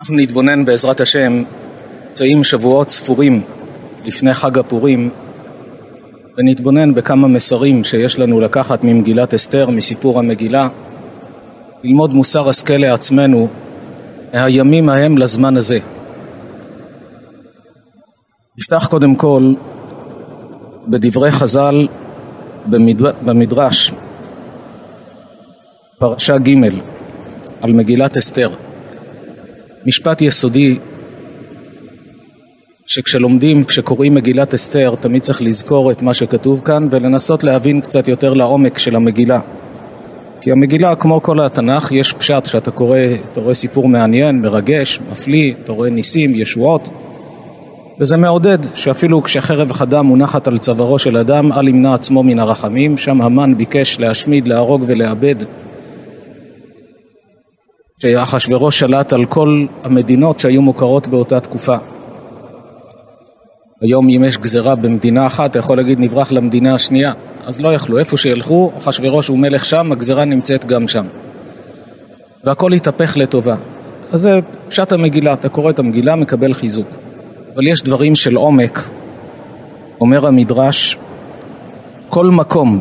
אנחנו נתבונן בעזרת השם, צאים שבועות ספורים לפני חג הפורים, ונתבונן בכמה מסרים שיש לנו לקחת ממגילת אסתר, מסיפור המגילה, ללמוד מוסר השכל לעצמנו מהימים ההם לזמן הזה. נפתח קודם כל בדברי חז"ל במדרש, פרשה ג' על מגילת אסתר. משפט יסודי כשקוראים מגילת אסתר תמיד צריך לזכור את מה שכתוב כאן ולנסות להבין קצת יותר לעומק של המגילה. כי המגילה, כמו כל התנ"ך, יש פשט שאתה קורא, אתה רואה סיפור מעניין, מרגש, מפליא, אתה רואה ניסים, ישועות, וזה מעודד שאפילו כשחרב חדה מונחת על צווארו של אדם, אל ימנע עצמו מן הרחמים. שם המן ביקש להשמיד, להרוג ולאבד, שאחשוורוש שלט על כל המדינות שהיו מוכרות באותה תקופה. היום אם יש גזרה במדינה אחת, אתה יכול להגיד נברח למדינה השנייה, אז לא יכלו, איפה שילכו, אחשוורוש הוא מלך שם, הגזרה נמצאת גם שם, והכל יתהפך לטובה. אז זה פשט המגילה, אתה קורא את המגילה, מקבל חיזוק. אבל יש דברים של עומק. אומר המדרש, כל מקום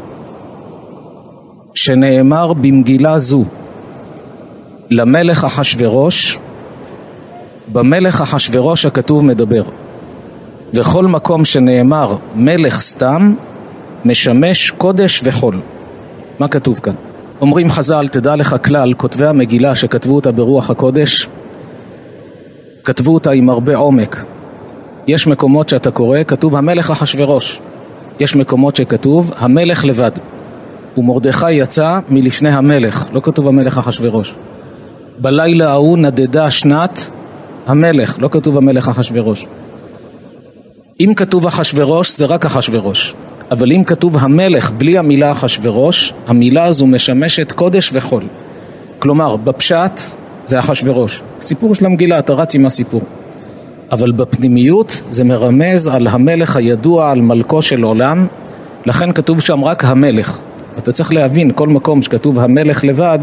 שנאמר במגילה זו למלך אחשוורוש, במלך אחשוורוש הכתוב מדבר, וכל מקום שנאמר מלך סתם משמש קודש וחול. מה כתוב כאן? אומרים חז"ל, תדע לך כלל, כותבי המגילה שכתבו אותה ברוח הקודש, כתבו אותה עם הרבה עומק. יש מקומות שאתה קורא, כתוב המלך אחשוורוש. יש מקומות שכתוב המלך לבד. ומרדכי יצא מלפני המלך, לא כתוב המלך אחשוורוש. בלילה ההוא נדדה שנת המלך, לא כתוב המלך אחשוורוש. אם כתוב אחשוורוש זה רק אחשוורוש, אבל אם כתוב המלך בלי המילה אחשוורוש, המילה הזו משמשת קודש וחול. כלומר בפשט זה אחשוורוש, סיפור של המגילה, אתה רץ עם הסיפור, אבל בפנימיות זה מרמז על המלך הידוע, על מלכו של עולם. לכן כתוב שם רק המלך. אתה צריך להבין כל מקום שכתוב המלך לבד,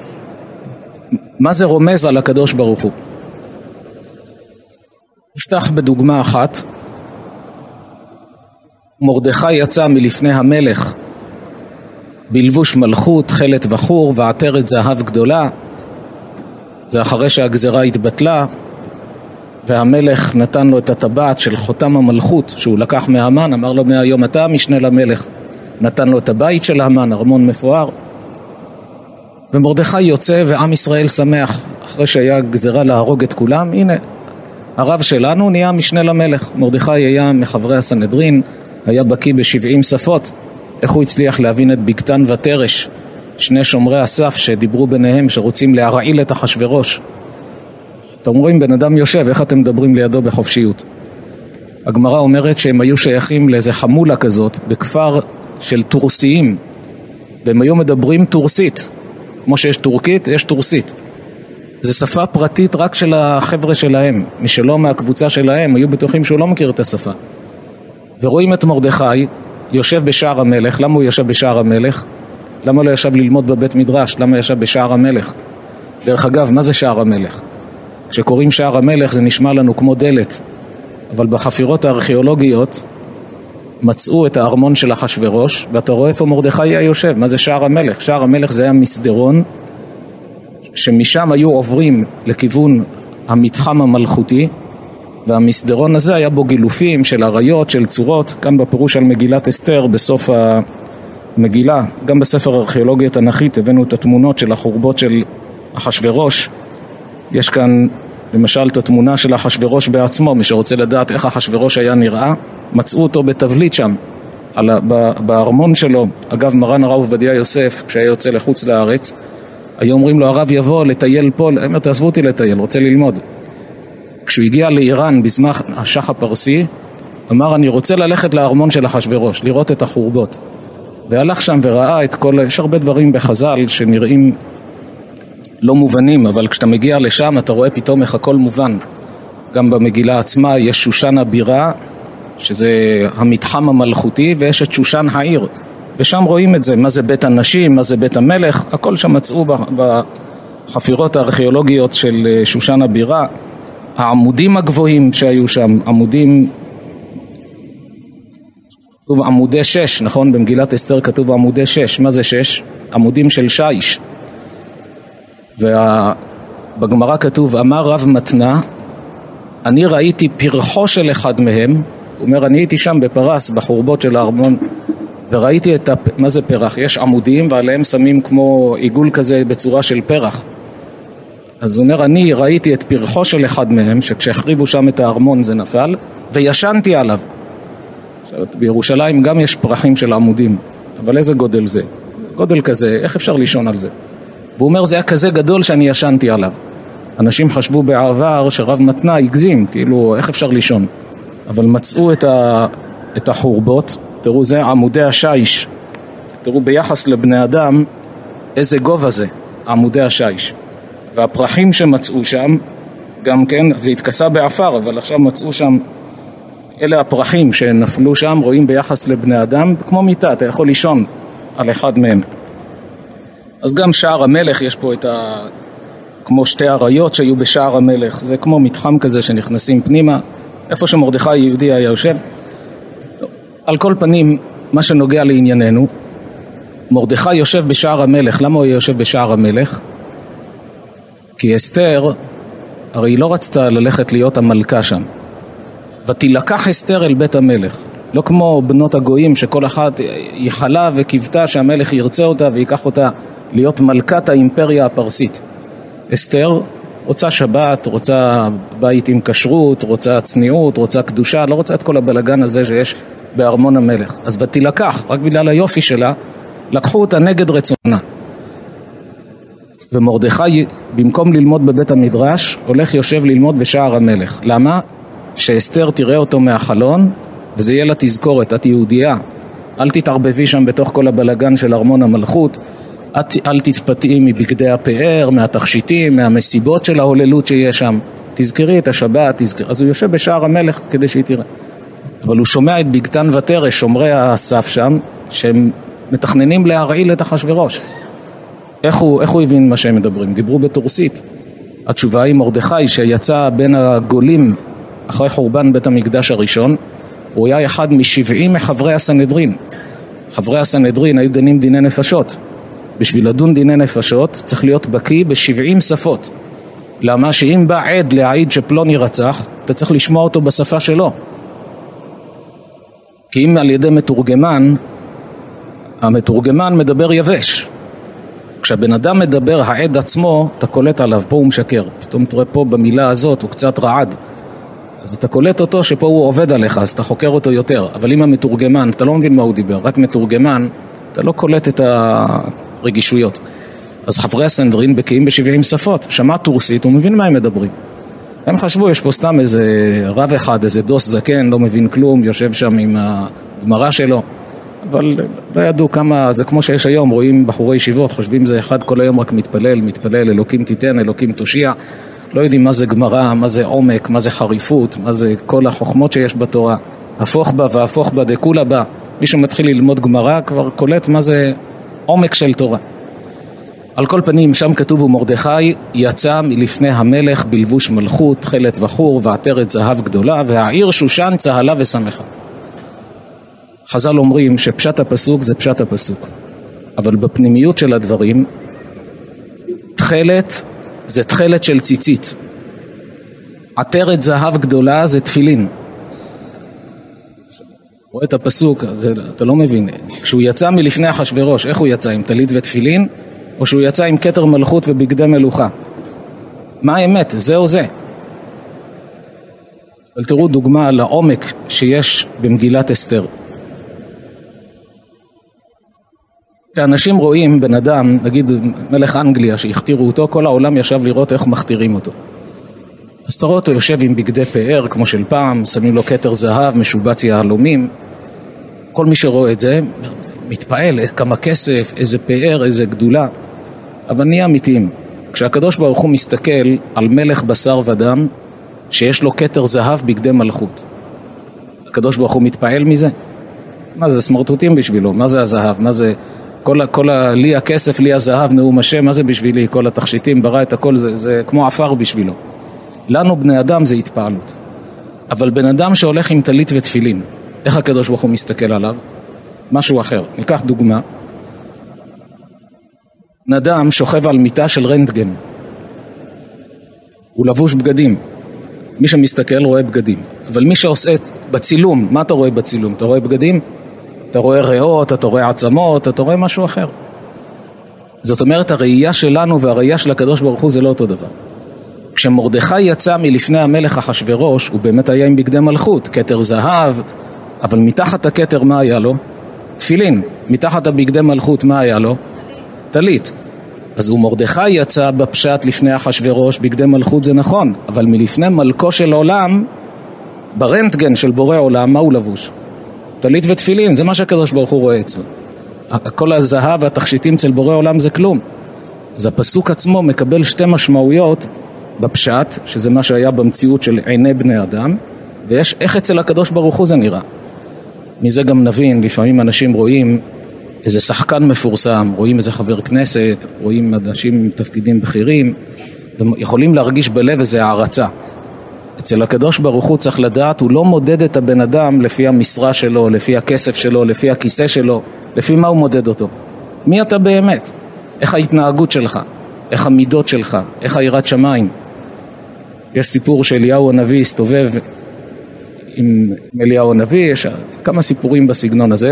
מה זה רומז על הקדוש ברוך הוא. נפתח בדוגמה אחת. מרדכי יצא מלפני המלך בלבוש מלכות, חלת וחור ועטרת זהב גדולה. זה אחרי שהגזרה התבטלה, והמלך נתן לו את הטבעת של חותם המלכות שהוא לקח מהמן, אמר לו מהיום אתה משנה למלך. נתן לו את הבית של המן, ארמון מפואר. ומרדכי יוצא ועם ישראל שמח. אחרי שהיה גזרה להרוג את כולם, הנה הרב שלנו נהיה משנה למלך. מרדכי היה מחברי הסנהדרין, היה בקיא ב70 שפות. איך הוא הצליח להבין את בגתן ותרש, שני שומרי הסף שדיברו ביניהם שרוצים להרעיל את אחשוורוש. אתם אומרים בן אדם יושב, איך אתם מדברים לידו בחופשיות? הגמרא אומרת שהם היו שייכים לאיזה חמולה כזאת בכפר של טורסיים, והם היו מדברים טורסית. כמו שיש טורקית, יש טורסית. זה שפה פרטית רק של החבר'ה שלהם, משלו מהקבוצה שלהם, היו בטוחים שהוא לא מכיר את השפה. ורואים את מרדכי יושב בשער המלך. למה הוא יושב בשער המלך? למה לא ישב ללמוד בבית מדרש? למה ישב בשער המלך? דרך אגב, מה זה שער המלך? כשקוראים שער המלך זה נשמע לנו כמו דלת, אבל בחפירות הארכיאולוגיות מצאו את הארמון של אחשוורוש, ואתה רואה איפה מרדכי היה יושב. מה זה שער המלך? שער המלך זה היה מסדרון, שמשם היו עוברים לכיוון המתחם המלכותי, והמסדרון הזה היה בו גילופים של עריות, של צורות. כאן בפירוש על מגילת אסתר בסוף המגילה, גם בספר הארכיאולוגיה התנ"כית הבאנו את התמונות של החורבות של אחשוורוש. יש כאן למשל את התמונה של אחשוורוש בעצמו. מי שרוצה לדעת איך אחשוורוש היה נראה, מצאו אותו בתבליט שם בארמון שלו. אגב, מרן הרב עובדיה יוסף כשהיה יוצא לחוץ לארץ, היו אומרים לו הרב יבוא לטייל פה, אמר תעזבו אותי לטייל, רוצה ללמוד. כשהוא הגיע לאיראן בזמן השח הפרסי, אמר אני רוצה ללכת לארמון של אחשוורוש, לראות את החורבות. והלך שם וראה את כל, יש הרבה דברים בחז"ל שנראים לא מובנים, אבל כשאתה מגיע לשם אתה רואה פתאום איך הכל מובן. גם במגילה עצמה יש שושן הבירה, שזה המתחם המלכותי, ויש את שושן העיר, ושם רואים את זה, מה זה בית הנשים, מה זה בית המלך, הכל שם מצאו בחפירות הארכיאולוגיות של שושן הבירה. העמודים הגבוהים שהיו שם, עמודים, כתוב עמודי 6, נכון? במגילת אסתר כתוב עמודי 6. מה זה 6? עמודים של שיש. ובגמרא כתוב, אמר רב מתנה, אני ראיתי פרחו של אחד מהם. הוא אומר, אני הייתי שם בפרס, בחורבות של הארמון, וראיתי מה זה פרח? יש עמודים ועליהם שמים כמו עיגול כזה בצורה של פרח. אז הוא אומר, אני ראיתי את פרחו של אחד מהם, שכשהחריבו שם את הארמון זה נפל, וישנתי עליו. בירושלים גם יש פרחים של עמודים, אבל איזה גודל זה? גודל כזה, איך אפשר לישון על זה? והוא אומר, זה היה כזה גדול שאני ישנתי עליו. אנשים חשבו בעבר שרב מתנה הגזים, כאילו, איך אפשר לישון? אבל מצאו את החורבות, תראו, זה עמודי השיש. תראו ביחס לבני אדם, איזה גובה זה, עמודי השיש. והפרחים שמצאו שם, גם כן, זה התכסה באפר, אבל עכשיו מצאו שם, אלה הפרחים שנפלו שם, רואים ביחס לבני אדם, כמו מיטה, אתה יכול לישון על אחד מהם. אז גם שער המלך, יש פה כמו שתי עריות שהיו בשער המלך, זה כמו מתחם כזה שנכנסים פנימה, איפה שמרדכי יהודי היה יושב. טוב, על כל פנים, מה שנוגע לענייננו, מרדכי יושב בשער המלך. למה הוא יושב בשער המלך? כי אסתר, הרי היא לא רצתה ללכת להיות המלכה שם. ותילקח אסתר אל בית המלך. לא כמו בנות הגויים שכל אחת יחלה וקיוותה שהמלך ירצה אותה ויקח אותה להיות מלכת האימפריה הפרסית. אסתר רוצה שבת, רוצה בית עם כשרות, רוצה צניעות, רוצה קדושה, לא רוצה את כל הבלגן הזה שיש בארמון המלך. אז ותילקח, רק בגלל היופי שלה, לקחו אותה נגד רצונה. ומרדכי, במקום ללמוד בבית המדרש, הולך יושב ללמוד בשער המלך. למה? שאסתר תראה אותו מהחלון, וזה יהיה לה תזכורת, את יהודייה. אל תתערבבי שם בתוך כל הבלגן של ארמון המלכות, אל תתפתעי מבגדי הפאר, מהתכשיטים, מהמסיבות של ההוללות שיש שם. תזכרי את השבת, אז הוא יושב בשער המלך כדי שהיא תראה. אבל הוא שומע את בגתן ותרש, שומרי הסף שם, שהם מתכננים להרעיל את אחשוורוש. איך הוא הבין מה שהם מדברים? דיברו בתורסית. התשובה היא מרדכי שיצא בין הגולים אחרי חורבן בית המקדש הראשון, הוא היה אחד מ70 מחברי הסנהדרין. חברי הסנהדרין היו דנים דיני נפשות. בשביל לדון דיני נפשות צריך להיות בקיא ב70 שפות. למה? שאם בא עד להעיד שפלוני רצח, אתה צריך לשמוע אותו בשפה שלו. כי אם על ידי מתורגמן, המתורגמן מדבר יבש. כשהבן אדם מדבר, העד עצמו, אתה קולט עליו, פה הוא משקר. פתאום תראה פה במילה הזאת, הוא קצת רעד. אז אתה קולט אותו שפה הוא עובד עליך, אז אתה חוקר אותו יותר. אבל אם המתורגמן, אתה לא מבין מה הוא דיבר, רק מתורגמן, אתה לא קולט את הרגישויות. אז חברי הסנהדרין בקיאים ב70 שפות. שמע טורסית, הוא מבין מה הם מדברים. הם חשבו, יש פה סתם איזה רב אחד, איזה דוס זקן, לא מבין כלום, יושב שם עם הגמרא שלו. אבל לא ידעו כמה, זה כמו שיש היום, רואים בחורי ישיבות, חושבים זה אחד כל היום רק מתפלל, אלוקים תיתן, אלוקים תושיע. לא יודעים מה זה גמרא, מה זה עומק, מה זה חריפות, מה זה כל החוכמות שיש בתורה. הפוך בה והפוך בה דקולה בה. מי שמתחיל ללמוד גמרא כבר קולט מה זה עומק של תורה. על כל פנים, שם כתוב ומרדכי יצא מלפני המלך בלבוש מלכות, תכלת וחור ועטרת זהב גדולה, והעיר שושן צהלה ושמחה. חז"ל אומרים שפשט הפסוק זה פשט הפסוק. אבל בפנימיות של הדברים, תכלת זה תכלת של ציצית. עטרת זהב גדולה זה תפילין. רואה את הפסוק, אתה לא מבין. כשהוא יצא מלפני אחשוורוש, איך הוא יצא? עם טלית ותפילין? או שהוא יצא עם כתר מלכות ובגדי מלוכה? מה האמת? זה או זה? אבל תראו דוגמה לעומק שיש במגילת אסתר. כשאנשים רואים בן אדם, נגיד מלך אנגליה שהכתירו אותו, כל העולם ישב לראות איך מכתירים אותו. אז תראו אותו יושב עם בגדי פאר כמו של פעם, שמים לו כתר זהב, משובץ יהלומים. כל מי שרואה את זה מתפעל, כמה כסף, איזה פאר, איזה גדולה. אבל נהיה אמיתיים. כשהקדוש ברוך הוא מסתכל על מלך בשר ודם, שיש לו כתר זהב בגדי מלכות, הקדוש ברוך הוא מתפעל מזה? מה זה סמרטוטים בשבילו? מה זה הזהב? מה זה לי הכסף, לי הזהב, נאום השם? מה זה בשבילי? כל התכשיטים, ברא את הכל, זה כמו עפר בשבילו. לנו בני אדם זה התפעלות. אבל בן אדם שהולך עם טלית ותפילין, איך הקדוש ברוך הוא מסתכל עליו? משהו אחר. ניקח דוגמה. בן אדם שוכב על מיטה של רנטגן. הוא לבוש בגדים. מי שמסתכל רואה בגדים. אבל מי שעושה בצילום, מה אתה רואה בצילום? אתה רואה בגדים? אתה רואה ריאות, אתה רואה עצמות, אתה רואה משהו אחר. זאת אומרת, הראייה שלנו והראייה של הקדוש ברוך הוא זה לא אותו דבר. כשמרדכי יצא מלפני המלך אחשוורוש, הוא באמת היה עם בגדי מלכות, כתר זהב, אבל מתחת הכתר מה היה לו? תפילין. מתחת הבגדי מלכות מה היה לו? טלית. אז הוא מרדכי יצא בפשט לפני אחשוורוש, בגדי מלכות זה נכון, אבל מלפני מלכו של עולם, ברנטגן של בורא עולם, מה הוא לבוש? טלית ותפילין, זה מה שהקדוש ברוך הוא רואה אצלו. כל הזהב והתכשיטים אצל בורא עולם זה כלום. אז הפסוק עצמו מקבל שתי משמעויות בפשט, שזה מה שהיה במציאות של עיני בני אדם, ויש איך אצל הקדוש ברוך הוא זה נראה. מזה גם נבין, לפעמים אנשים רואים איזה שחקן מפורסם, רואים איזה חבר כנסת, רואים אנשים עם תפקידים בכירים, ויכולים להרגיש בלב איזה הערצה. אצל הקדוש ברוך הוא צריך לדעת, הוא לא מודד את הבן אדם לפי המשרה שלו, לפי הכסף שלו, לפי הכיסא שלו, לפי מה הוא מודד אותו. מי אתה באמת? איך ההתנהגות שלך? איך המידות שלך? איך היראת שמיים? יש סיפור שאליהו הנביא הסתובב עם אליהו הנביא, יש כמה סיפורים בסגנון הזה.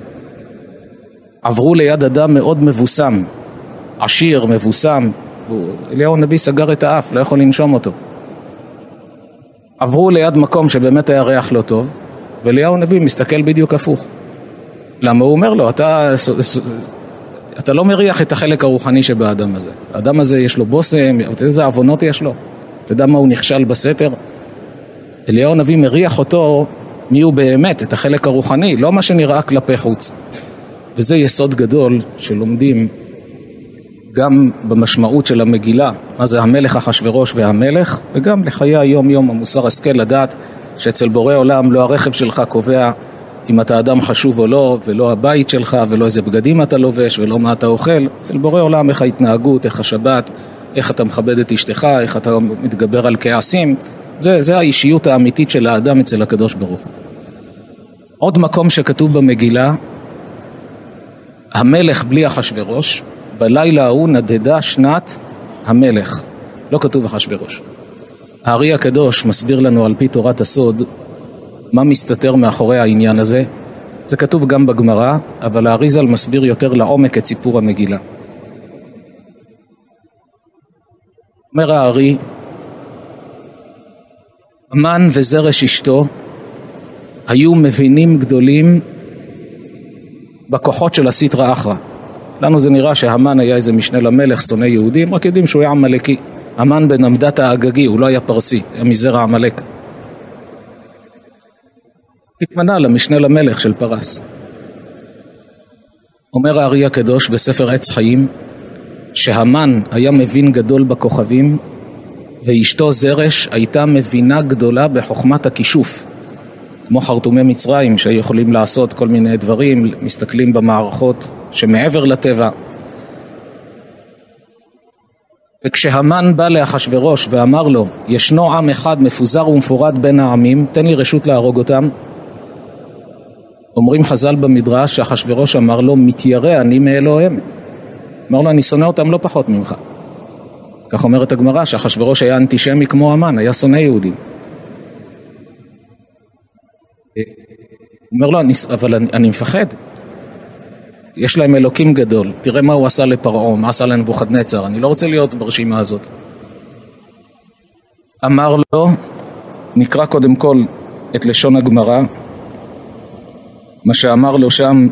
עברו ליד אדם מאוד מבוסם, עשיר, מבוסם, אליהו הנביא סגר את האף, לא יכול לנשום אותו. עברו ליד מקום שבאמת היה ריח לא טוב, ואליהו הנביא מסתכל בדיוק הפוך. למה הוא אומר לו, אתה לא מריח את החלק הרוחני שבאדם הזה. האדם הזה יש לו בוסם, אתה יודע איזה עוונות יש לו? אתה יודע מה הוא נכשל בסתר? אליהו הנביא מריח אותו מי הוא באמת, את החלק הרוחני, לא מה שנראה כלפי חוץ. וזה יסוד גדול שלומדים גם במשמעות של המגילה, מה זה המלך אחשוורוש והמלך, וגם לחיי היום יום המוסר השכל לדעת שאצל בורא עולם לא הרכב שלך קובע אם אתה אדם חשוב או לא, ולא הבית שלך, ולא איזה בגדים אתה לובש, ולא מה אתה אוכל. אצל בורא עולם איך ההתנהגות, איך השבת, איך אתה מכבד את אשתך, איך אתה מתגבר על כעסים. זה האישיות האמיתית של האדם אצל הקדוש ברוך הוא. עוד מקום שכתוב במגילה, המלך בלי אחשוורוש, בלילה ההוא נדדה שנת המלך. לא כתוב אחשוורוש. הארי הקדוש מסביר לנו על פי תורת הסוד, מה מסתתר מאחורי העניין הזה. זה כתוב גם בגמרא, אבל האריזל מסביר יותר לעומק את סיפור המגילה. אומר הארי, המן וזרש אשתו היו מבינים גדולים בכוחות של הסטרא אחרא. לנו זה נראה שהמן היה איזה משנה למלך, שונא יהודים, רק יודעים שהוא היה עמלקי. המן בן עמדת האגגי, הוא לא היה פרסי, היה מזרע עמלק. התמנה למשנה למלך של פרס. אומר הארי הקדוש בספר עץ חיים, שהמן היה מבין גדול בכוכבים, ואשתו זרש הייתה מבינה גדולה בחוכמת הכישוף. כמו חרטומי מצרים שיכולים לעשות כל מיני דברים, מסתכלים במערכות שמעבר לטבע. וכשהמן בא לאחשוורוש ואמר לו, ישנו עם אחד מפוזר ומפורד בין העמים, תן לי רשות להרוג אותם. אומרים חז"ל במדרש שאחשוורוש אמר לו, מתיירא אני מאלוהים. אמר לו, אני שונא אותם לא פחות ממך. כך אומרת הגמרא, שאחשוורוש היה אנטישמי כמו המן, היה שונא יהודים. אומר לו, אבל אני מפחד. יש להם אלוקים גדול. תראה מה הוא עשה לפרעה, מה עשה לנבוכדנצר. אני לא רוצה להיות ברשימה הזאת. אמר לו, נקרא קודם כל את לשון הגמרא, מה שאמר לו שם,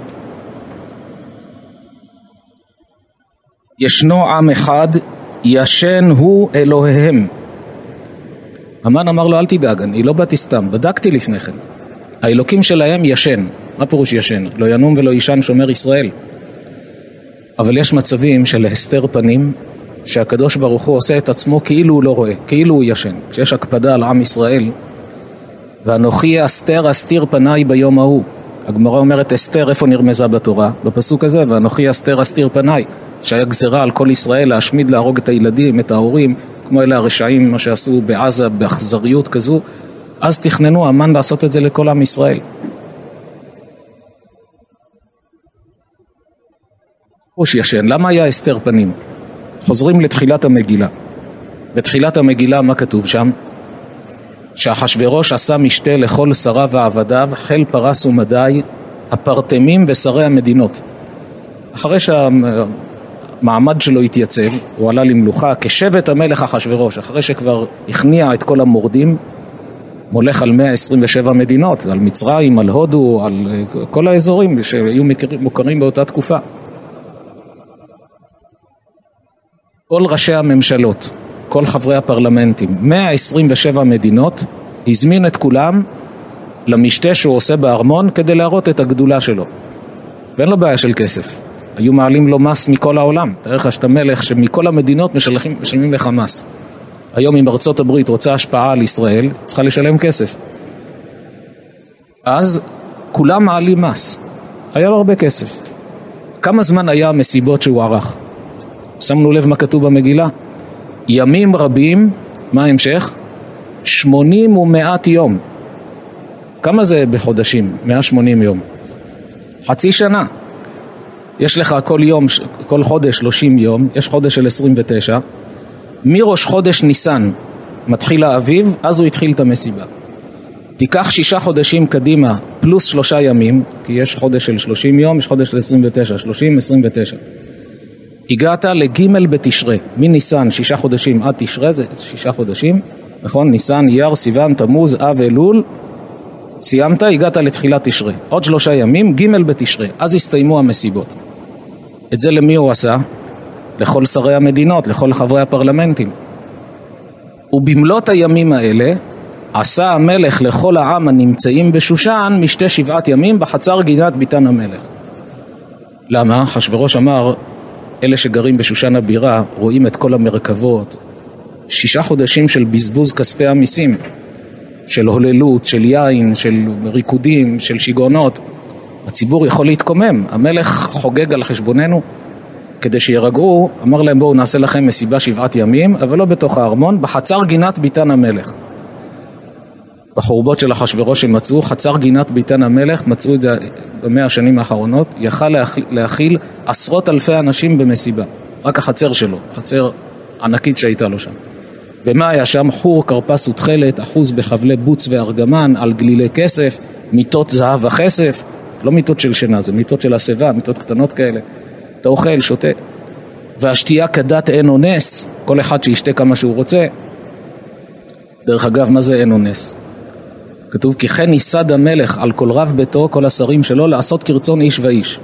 ישנו עם אחד, ישן הוא אלוהיהם. המן אמר לו, אל תדאג, אני לא באתי סתם, בדקתי לפני כן. האלוקים שלהם ישן. מה פירוש ישן? לא ינום ולא ישן שומר ישראל. אבל יש מצבים של הסתר פנים, שהקדוש ברוך הוא עושה את עצמו כאילו הוא לא רואה, כאילו הוא ישן. כשיש הקפדה על עם ישראל, ואנוכי אסתר אסתיר פניי ביום ההוא. הגמרא אומרת אסתר, איפה נרמזה בתורה? בפסוק הזה, ואנוכי אסתר אסתיר פניי, שהיה גזרה על כל ישראל להשמיד, להרוג את הילדים, את ההורים, כמו אלה הרשעים, מה שעשו בעזה באכזריות כזו, אז תכננו המן לעשות את זה לכל עם ישראל. ראש ישן, למה היה הסתר פנים? חוזרים לתחילת המגילה. בתחילת המגילה מה כתוב שם? שאחשוורוש עשה משתה לכל שריו ועבדיו, חיל פרס ומדי, הפרטמים ושרי המדינות. אחרי שהמעמד שלו התייצב, הוא עלה למלוכה כשבט המלך אחשוורוש, אחרי שכבר הכניע את כל המורדים, מולך על 127 מדינות, על מצרים, על הודו, על כל האזורים שהיו מוכרים באותה תקופה. כל ראשי הממשלות, כל חברי הפרלמנטים, 127 מדינות, הזמין את כולם למשתה שהוא עושה בארמון כדי להראות את הגדולה שלו. ואין לו בעיה של כסף. היו מעלים לו מס מכל העולם. תאר לך שאתה מלך שמכל המדינות משלמים לך מס. היום אם ארצות הברית רוצה השפעה על ישראל, צריכה לשלם כסף. אז כולם מעלים מס. היה לו הרבה כסף. כמה זמן היה המסיבות שהוא ערך? שמנו לב מה כתוב במגילה? ימים רבים, מה ההמשך? 80 ומעט יום. כמה זה בחודשים? 180 יום. חצי שנה. יש לך כל יום, כל חודש 30 יום, יש חודש של 29. מראש חודש ניסן מתחיל האביב, אז הוא התחיל את המסיבה. תיקח 6 חודשים קדימה פלוס 3 ימים, כי יש חודש של 30 יום, יש חודש של 29, 30, 29. הגעת לג' בתשרי, מניסן 6 חודשים עד תשרי, זה 6 חודשים, נכון? ניסן, אייר, סיוון, תמוז, אב, אלול, סיימת, הגעת לתחילת תשרי. עוד 3 ימים, ג' בתשרי, אז הסתיימו המסיבות. את זה למי הוא עשה? לכל שרי המדינות, לכל חברי הפרלמנטים. ובמלאת הימים האלה, עשה המלך לכל העם הנמצאים בשושן משתה 7 ימים בחצר גינת ביתן המלך. למה? אחשוורוש אמר, אלה שגרים בשושן הבירה רואים את כל המרכבות, 6 חודשים של בזבוז כספי המיסים, של הוללות, של יין, של ריקודים, של שיגעונות. הציבור יכול להתקומם, המלך חוגג על חשבוננו. כדי שירגעו, אמר להם בואו נעשה לכם מסיבה 7 ימים, אבל לא בתוך הארמון, בחצר גינת ביתן המלך. בחורבות של אחשוורוש שמצאו, חצר גינת ביתן המלך, מצאו את זה ב100 השנים האחרונות, יכל להכיל 10,000 אנשים במסיבה. רק החצר שלו, חצר ענקית שהייתה לו שם. ומה היה שם? חור, קרפס ותכלת, אחוז בחבלי בוץ וארגמן, על גלילי כסף, מיטות זהב וכסף, לא מיטות של שינה, זה מיטות של הסבה, מיטות קטנות כאלה. אתה אוכל, שותה. והשתייה כדת אין אונס, כל אחד שישתה כמה שהוא רוצה. דרך אגב, מה זה אין אונס? כתוב, כי כן ייסד המלך על כל רב ביתו, כל השרים שלו, לעשות כרצון איש ואיש.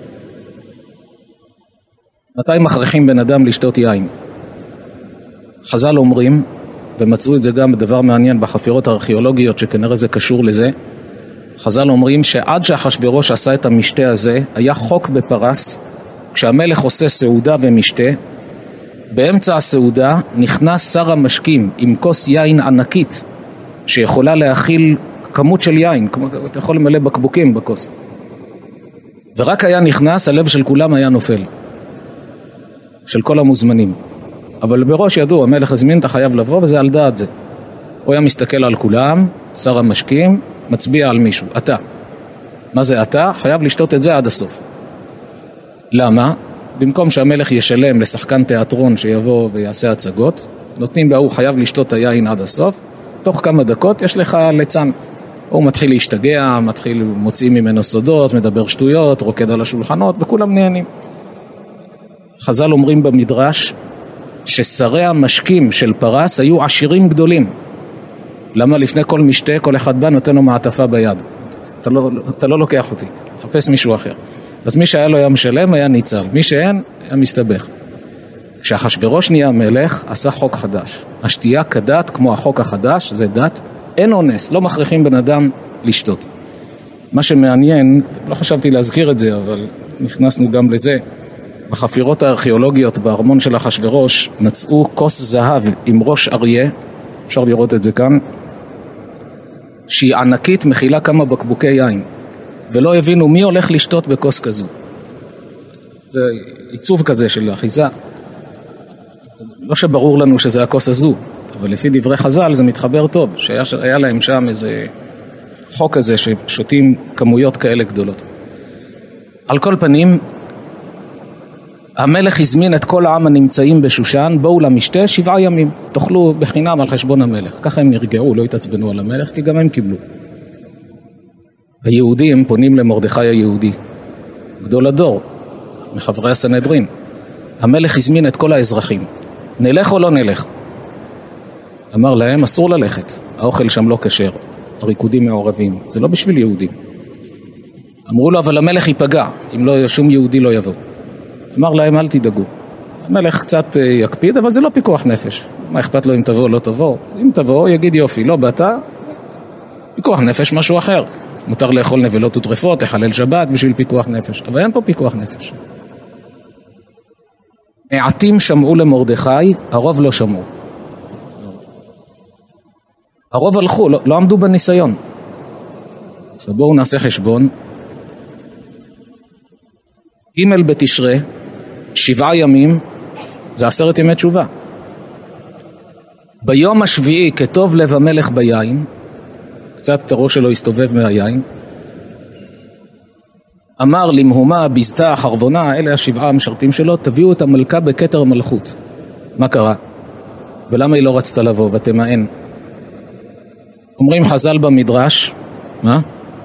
מתי מכריחים בן אדם לשתות יין? חז"ל אומרים, ומצאו את זה גם בדבר מעניין בחפירות הארכיאולוגיות, שכנראה זה קשור לזה, חז"ל אומרים שעד שאחשוורוש עשה את המשתה הזה, היה חוק בפרס, כשהמלך עושה סעודה ומשתה, באמצע הסעודה נכנס שר המשקים עם כוס יין ענקית, שיכולה להכיל כמות של יין, אתה יכול למלא בקבוקים בכוס. ורק היה נכנס, הלב של כולם היה נופל, של כל המוזמנים. אבל בראש ידעו, המלך הזמין, אתה חייב לבוא, וזה על דעת זה. הוא היה מסתכל על כולם, שר המשקים, מצביע על מישהו, אתה. מה זה אתה? חייב לשתות את זה עד הסוף. למה? במקום שהמלך ישלם לשחקן תיאטרון שיבוא ויעשה הצגות, נותנים בה, הוא חייב לשתות היין עד הסוף, תוך כמה דקות יש לך ליצן. הוא מתחיל להשתגע, מוצאים ממנו סודות, מדבר שטויות, רוקד על השולחנות, וכולם נהנים. חז"ל אומרים במדרש, ששרי המשקים של פרס היו עשירים גדולים. למה? לפני כל משתה, כל אחד בא נותן לו מעטפה ביד. אתה לא לוקח אותי, תחפש מישהו אחר. אז מי שהיה לו היה משלם היה ניצל, מי שאין היה מסתבך. כשאחשוורוש נהיה מלך, עשה חוק חדש. השתייה כדת, כמו החוק החדש, זה דת, אין אונס, לא מכריחים בן אדם לשתות. מה שמעניין, לא חשבתי להזכיר את זה, אבל נכנסנו גם לזה, בחפירות הארכיאולוגיות בארמון של אחשוורוש מצאו כוס זהב עם ראש אריה, אפשר לראות את זה כאן, שהיא ענקית, מכילה כמה בקבוקי יין, ולא הבינו מי הולך לשתות בכוס כזו. זה עיצוב כזה של אחיזה. לא שברור לנו שזה הכוס הזו, אבל לפי דברי חז"ל זה מתחבר טוב, שהיה להם שם איזה חוק כזה ששותים כמויות כאלה גדולות. על כל פנים, המלך הזמין את כל העם הנמצאים בשושן, בואו למשתה 7 ימים, תאכלו בחינם על חשבון המלך. ככה הם נרגעו, לא התעצבנו על המלך, כי גם הם קיבלו. היהודים פונים למרדכי היהודי, גדול הדור, מחברי הסנהדרין. המלך הזמין את כל האזרחים, נלך או לא נלך? אמר להם, אסור ללכת, האוכל שם לא כשר, הריקודים מעורבים, זה לא בשביל יהודים. אמרו לו, אבל המלך ייפגע, אם לא, שום יהודי לא יבוא. אמר להם, אל תדאגו. המלך קצת יקפיד, אבל זה לא פיקוח נפש. מה אכפת לו אם תבוא או לא תבוא? אם תבוא, יגיד יופי, לא באת, פיקוח נפש משהו אחר. מותר לאכול נבלות וטרפות, תחלל שבת בשביל פיקוח נפש. אבל אין פה פיקוח נפש. מעטים שמעו למרדכי, הרוב לא שמעו. הרוב הלכו, לא עמדו בניסיון. עכשיו בואו נעשה חשבון. ג' בתשרי, 7 ימים, זה 10 ימי תשובה. ביום השביעי, כטוב לב המלך ביין, קצת הראש שלו הסתובב מהיין, אמר למהומה, ביזתה, חרבונה, אלה 7 המשרתים שלו, תביאו את המלכה בכתר מלכות. מה קרה? ולמה היא לא רצתה לבוא ותמאן? אומרים חז"ל במדרש, מה?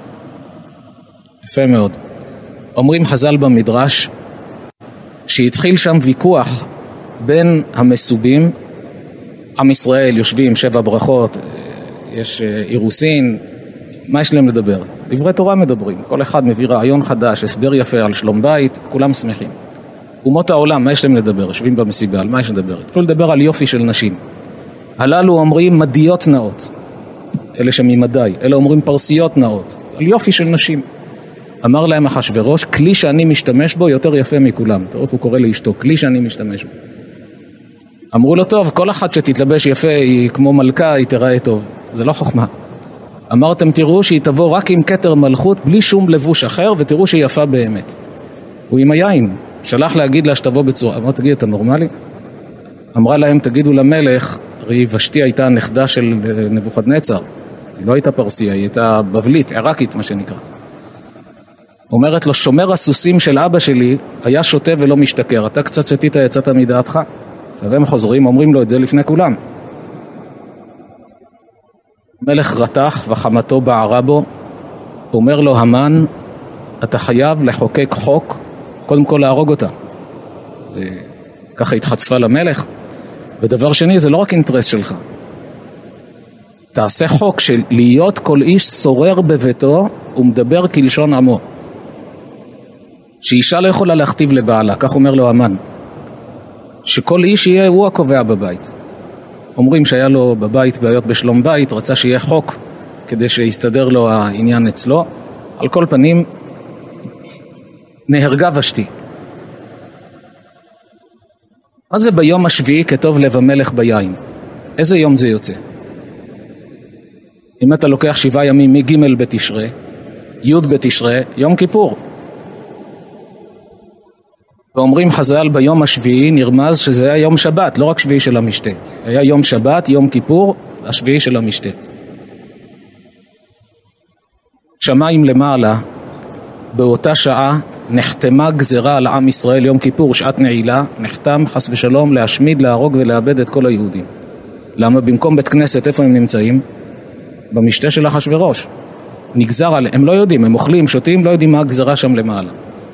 יפה מאוד. אומרים חז"ל במדרש שהתחיל שם ויכוח בין המסובים, עם ישראל יושבים 7 ברכות, יש אירוסין, מה יש להם לדבר? דברי תורה מדברים, כל אחד מביא רעיון חדש, הסבר יפה על שלום בית, כולם שמחים. אומות העולם, מה יש להם לדבר? יושבים במסיבה, על מה יש לדבר? התחילו לדבר על יופי של נשים. הללו אומרים מדיות נאות, אלה שממדי, אלה אומרים פרסיות נאות, על יופי של נשים. אמר להם אחשוורוש, כלי שאני משתמש בו יותר יפה מכולם. תראו איך הוא קורא לאשתו, כלי שאני משתמש בו. אמרו לו, טוב, כל אחת שתתלבש יפה היא כמו מלכה, היא תראה טוב. זה לא חוכמה. אמרתם, תראו שהיא תבוא רק עם כתר מלכות, בלי שום לבוש אחר, ותראו שהיא יפה באמת. הוא עם היין, שלח להגיד לה שתבוא בצורה. אמר, תגיד, אתה נורמלי? אמרה להם, תגידו למלך, הרי ושתי הייתה נכדה של נבוכדנצר. היא לא הייתה פרסיה, היא הייתה בבלית, עיראקית מה שנקרא. אומרת לו, שומר הסוסים של אבא שלי היה שותה ולא משתכר, אתה קצת שתית יצאת מדעתך. עכשיו הם חוזרים, אומרים לו את זה לפני כולם. מלך רתח וחמתו בערה בו, אומר לו המן, אתה חייב לחוקק חוק, קודם כל להרוג אותה. ככה התחצפה למלך. ודבר שני, זה לא רק אינטרס שלך. תעשה חוק של להיות כל איש שורר בביתו ומדבר כלשון עמו. שאישה לא יכולה להכתיב לבעלה, כך אומר לו המן. שכל איש יהיה הוא הקובע בבית. אומרים שהיה לו בבית בעיות בשלום בית, רצה שיהיה חוק כדי שיסתדר לו העניין אצלו. על כל פנים, נהרגה ושתי. מה זה ביום השביעי כטוב לב המלך ביין? איזה יום זה יוצא? אם אתה לוקח 7 ימים מג' בתשרי, י' בתשרי, יום כיפור. ואומרים חז"ל ביום השביעי נרמז שזה היה יום שבת, לא רק שביעי של המשתה. היה יום שבת, יום כיפור, השביעי של המשתה. שמיים למעלה, באותה שעה נחתמה גזרה על עם ישראל יום כיפור, שעת נעילה, נחתם חס ושלום להשמיד, להרוג ולאבד את כל היהודים. למה? במקום בית כנסת, איפה הם נמצאים? במשתה של אחשוורוש. נגזר עליהם, הם לא יודעים, הם אוכלים, שותים, לא יודעים מה הגזרה שם למעלה.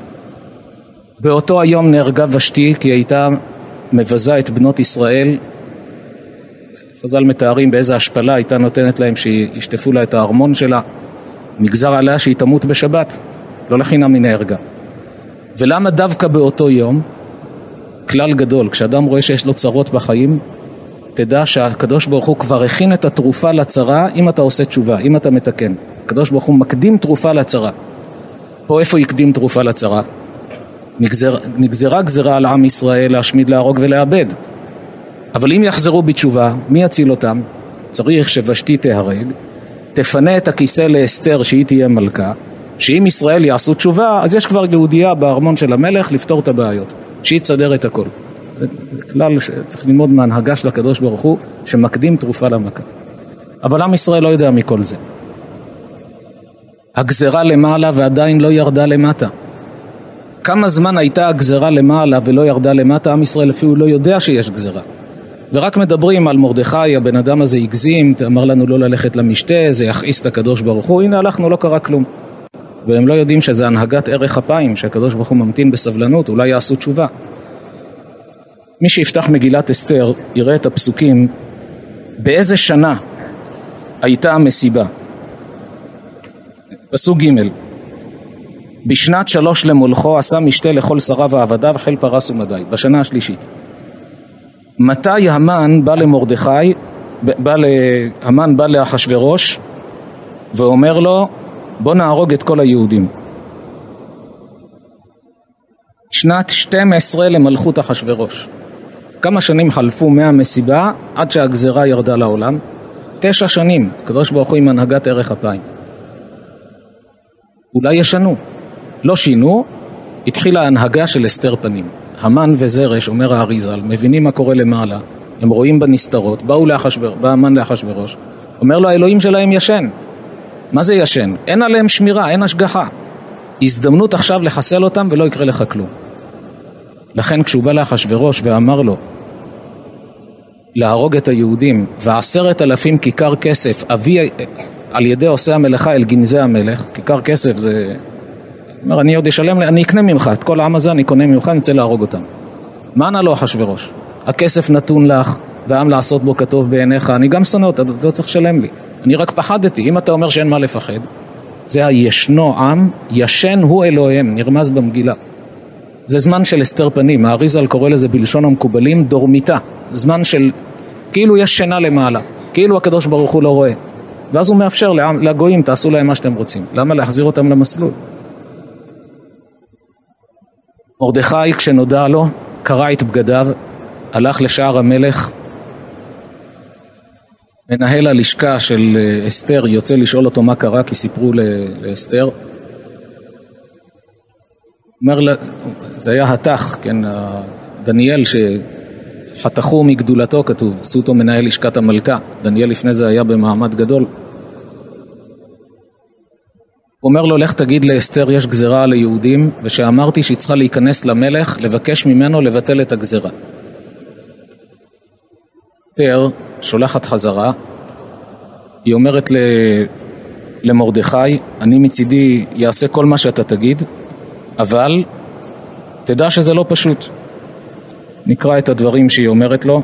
באותו היום נהרגה ושתי, כי הייתה מבזה את בנות ישראל. חז"ל מתארים באיזה השפלה הייתה נותנת להם שישטפו לה את הארמון שלה. נגזר עליה שהיא תמות בשבת, לא לחינם היא נהרגה. ולמה דווקא באותו יום? כלל גדול, כשאדם רואה שיש לו צרות בחיים, תדע שהקדוש ברוך הוא כבר הכין את התרופה לצרה אם אתה עושה תשובה, אם אתה מתקן. הקדוש ברוך הוא מקדים תרופה לצרה. פה איפה יקדים תרופה לצרה? נגזרה גזרה על עם ישראל להשמיד, להרוג ולאבד. אבל אם יחזרו בתשובה, מי יציל אותם? צריך שוושתי תהרג, תפנה את הכיסא לאסתר שהיא תהיה מלכה, שאם ישראל יעשו תשובה, אז יש כבר יהודייה בארמון של המלך לפתור את הבעיות, שהיא תסדר את הכל. זה כלל שצריך ללמוד מהנהגה של הקדוש ברוך הוא, שמקדים תרופה למכה. אבל עם ישראל לא יודע מכל זה. הגזרה למעלה ועדיין לא ירדה למטה. כמה זמן הייתה הגזרה למעלה ולא ירדה למטה, עם ישראל אפילו לא יודע שיש גזרה. ורק מדברים על מרדכי, הבן אדם הזה הגזים, אמר לנו לא ללכת למשתה, זה יכעיס את הקדוש ברוך הוא, הנה הלכנו, לא קרה כלום. והם לא יודעים שזה הנהגת ערך אפיים, שהקדוש ברוך הוא ממתין בסבלנות, אולי יעשו תשובה. מי שיפתח מגילת אסתר יראה את הפסוקים, באיזה שנה הייתה המסיבה. פסוק ג' בשנת 3 למולכו עשה משתה לכל שריו ועבדיו חיל פרס ומדי, בשנה השלישית. מתי המן בא למרדכי, המן בא לאחשוורוש ואומר לו בוא נהרוג את כל היהודים. שנת 12 למלכות אחשוורוש. כמה שנים חלפו מהמסיבה עד שהגזרה ירדה לעולם? 9 שנים, הקדוש ברוך הוא עם הנהגת ערך אפיים. אולי ישנו, לא שינו, התחילה ההנהגה של אסתר פנים. המן וזרש, אומר האריזל, מבינים מה קורה למעלה, הם רואים בנסתרות, בא המן לאחשוורוש, אומר לו האלוהים שלהם ישן. מה זה ישן? אין עליהם שמירה, אין השגחה. הזדמנות עכשיו לחסל אותם ולא יקרה לך כלום. לכן כשהוא בא לאחשוורוש ואמר לו להרוג את היהודים, ו10,000 כיכר כסף אביא על ידי עושה המלאכה אל גנזי המלך, כיכר כסף זה, אומר אני עוד אשלם, אני אקנה ממך, את כל העם הזה אני קונה ממך, אני רוצה להרוג אותם. מה ענה לו אחשוורוש? הכסף נתון לך, והעם לעשות בו כתוב בעיניך, אני גם שונא אותה, אתה לא צריך לשלם לי. אני רק פחדתי, אם אתה אומר שאין מה לפחד, זה הישנו עם, ישן הוא אלוהיהם, נרמז במגילה. זה זמן של אסתר פנים, האריזל קורא לזה בלשון המקובלים דורמיתה, זמן של כאילו יש שינה למעלה, כאילו הקדוש ברוך הוא לא רואה, ואז הוא מאפשר לגויים, תעשו להם מה שאתם רוצים. למה להחזיר אותם למסלול? מרדכי כשנודע לו, קרע את בגדיו, הלך לשער המלך, מנהל הלשכה של אסתר יוצא לשאול אותו מה קרה, כי סיפרו לאסתר. אומר לה, זה היה התח, כן, דניאל שחתכו מגדולתו כתוב, עשו אותו מנהל לשכת המלכה, דניאל לפני זה היה במעמד גדול. הוא אומר לו, לך תגיד לאסתר יש גזרה על היהודים, ושאמרתי שהיא צריכה להיכנס למלך, לבקש ממנו לבטל את הגזרה. אסתר שולחת חזרה, היא אומרת למרדכי, אני מצידי יעשה כל מה שאתה תגיד, אבל תדע שזה לא פשוט. נקרא את הדברים שהיא אומרת לו.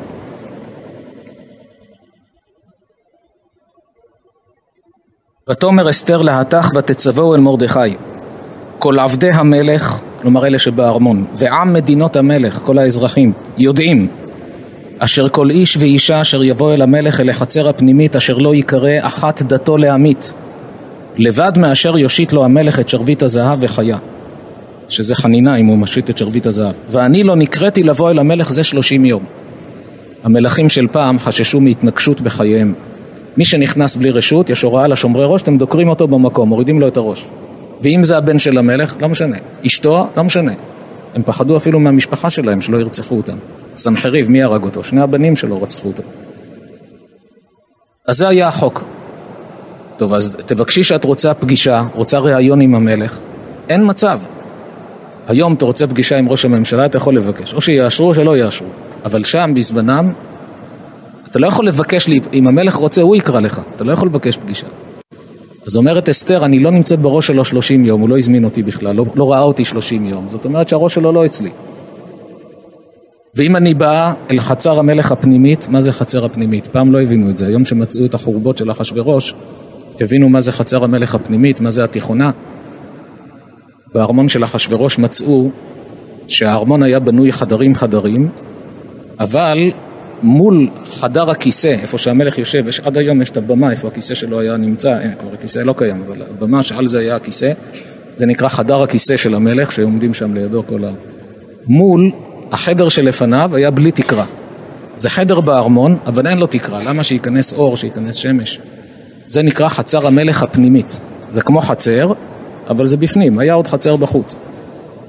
ותאמר אסתר להתך ותצוהו אל מרדכי, כל עבדי המלך, כלומר אלה שבארמון, ועם מדינות המלך, כל האזרחים, יודעים, אשר כל איש ואישה אשר יבוא אל המלך אל החצר הפנימית, אשר לא יקרא אחת דתו להמית, לבד מאשר יושיט לו המלך את שרביט הזהב וחיה, שזה חנינה אם הוא משיט את שרביט הזהב. ואני לא נקראתי לבוא אל המלך זה 30 יום. המלכים של פעם חששו מהתנגשות בחייהם. מי שנכנס בלי רשות, יש הוראה לשומרי ראש, אתם דוקרים אותו במקום, מורידים לו את הראש. ואם זה הבן של המלך, לא משנה. אשתו, לא משנה. הם פחדו אפילו מהמשפחה שלהם, שלא ירצחו אותם. סנחריב, מי הרג אותו? 2 הבנים שלו רצחו אותו. אז זה היה החוק. טוב, אז תבקשי שאת רוצה פגישה, רוצה ראיון עם המלך. אין מצב. היום אתה רוצה פגישה עם ראש הממשלה, אתה יכול לבקש. או שיאשרו או שלא יאשרו. אבל שם, בזמנם, אתה לא יכול לבקש לי, אם המלך רוצה, הוא יקרא לך. אתה לא יכול לבקש פגישה. אז אומרת אסתר, אני לא נמצאת בראש שלו 30 יום, הוא לא הזמין אותי בכלל, לא ראה אותי 30 יום. זאת אומרת שהראש שלו לא אצלי. ואם אני באה אל חצר המלך הפנימית, מה זה חצר הפנימית? פעם לא הבינו את זה. היום שמצאו את החורבות של אחשוורוש, הבינו מה זה חצר המלך הפנימית, מה זה התיכונה. בארמון של אחשוורוש מצאו שהארמון היה בנוי חדרים חדרים, אבל מול חדר הכיסא, איפה שהמלך יושב, עד היום יש את הבמה, איפה הכיסא שלו היה נמצא, כבר הכיסא לא קיים, אבל הבמה שעל זה היה הכיסא, זה נקרא חדר הכיסא של המלך, שעומדים שם לידו כל מול החדר שלפניו היה בלי תקרה. זה חדר בארמון, אבל אין לו תקרה. למה שייכנס אור, שייכנס שמש? זה נקרא חצר המלך הפנימית. זה כמו חצר, אבל זה בפנים, היה עוד חצר בחוץ.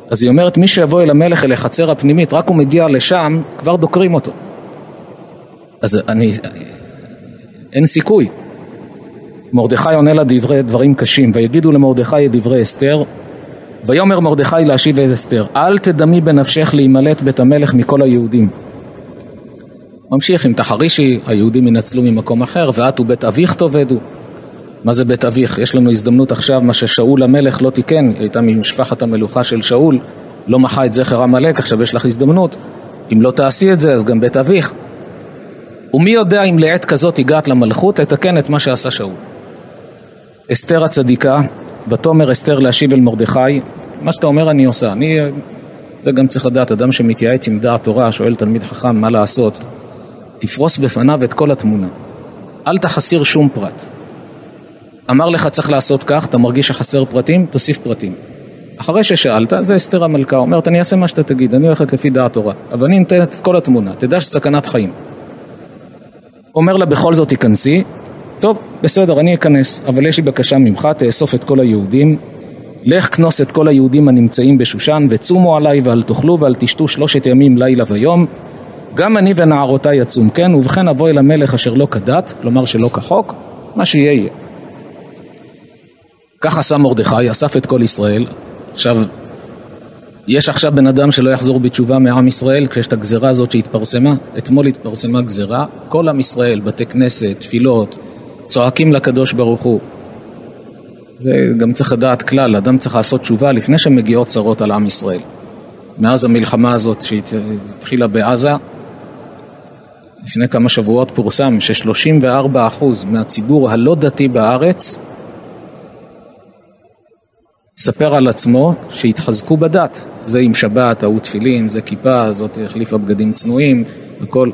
אז היא אומרת, מי שיבוא אל המלך אל החצר הפנימית, רק הוא מגיע לשם, כבר דוקרים אותו. אז אין סיכוי. מרדכי עונה לה דברים קשים, ויגידו למרדכי את דברי אסתר, ויאמר מרדכי להשיב את אסתר, אל תדמי בנפשך להימלט בית המלך מכל היהודים. ממשיך, אם תחרישי, היהודים ינצלו ממקום אחר, ואת ובית אביך תאבדו. מה זה בית אביך? יש לנו הזדמנות עכשיו, מה ששאול המלך לא תיקן, היא הייתה ממשפחת המלוכה של שאול, לא מחה את זכר המלך, עכשיו יש לך הזדמנות. אם לא תעשי את זה, אז גם בית אביך. ומי יודע אם לעת כזאת הגעת למלכות, תתקן את מה שעשה שאול. אסתר הצדיקה, ותאמר אסתר להשיב אל מרדכי, מה שאתה אומר אני עושה. זה גם צריך לדעת, אדם שמתייעץ עם דעת תורה, שואל תלמיד חכם מה לעשות, תפרוס בפניו את כל התמונה. אל תחסיר שום פרט. אמר לך צריך לעשות כך, אתה מרגיש שחסר פרטים, תוסיף פרטים. אחרי ששאלת, זה אסתר המלכה, אומרת, אני אעשה מה שאתה תגיד, אני הולכת לפי דעת תורה, אבל אני נותנת את כל התמונה, תדע שסכנת חיים. אומר לה, בכל זאת תיכנסי, טוב, בסדר, אני אכנס, אבל יש לי בקשה ממך, תאסוף את כל היהודים, לך כנוס את כל היהודים הנמצאים בשושן, וצומו עליי ואל תאכלו ואל תשתו 3 ימים לילה ויום, גם אני ונערותי יצום, כן, ובכן אבוא אל המלך אשר לא כדת, כלומר שלא כחוק, מה שיהיה יהיה. כך עשה מרדכי, אסף את כל ישראל. עכשיו, יש עכשיו בן אדם שלא יחזור בתשובה מעם ישראל, כשיש את הגזרה הזאת שהתפרסמה, אתמול התפרסמה גזרה, כל עם ישראל, בתי כנסת, תפילות, צועקים לקדוש ברוך הוא. זה גם צריך לדעת כלל, אדם צריך לעשות תשובה לפני שמגיעות צרות על עם ישראל. מאז המלחמה הזאת שהתחילה בעזה, לפני כמה שבועות פורסם ש34% מהציבור הלא דתי בארץ ספר על עצמו שהתחזקו בדת. זה עם שבת, ההוא תפילין, זה כיפה, זאת החליפה בגדים צנועים, וכל.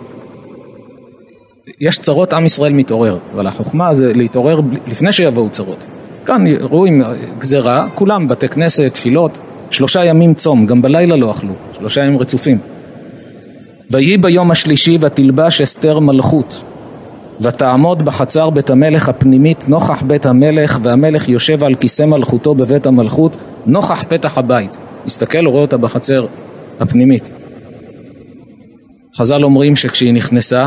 יש צרות, עם ישראל מתעורר, אבל החוכמה זה להתעורר לפני שיבואו צרות. כאן רואים גזרה, כולם בתי כנסת, תפילות, 3 ימים צום, גם בלילה לא אכלו, 3 ימים רצופים. ויהי ביום השלישי ותלבש אסתר מלכות, ותעמוד בחצר בית המלך הפנימית נוכח בית המלך, והמלך יושב על כיסא מלכותו בבית המלכות נוכח פתח הבית. מסתכל, רואה אותה בחצר הפנימית. חז"ל אומרים שכשהיא נכנסה,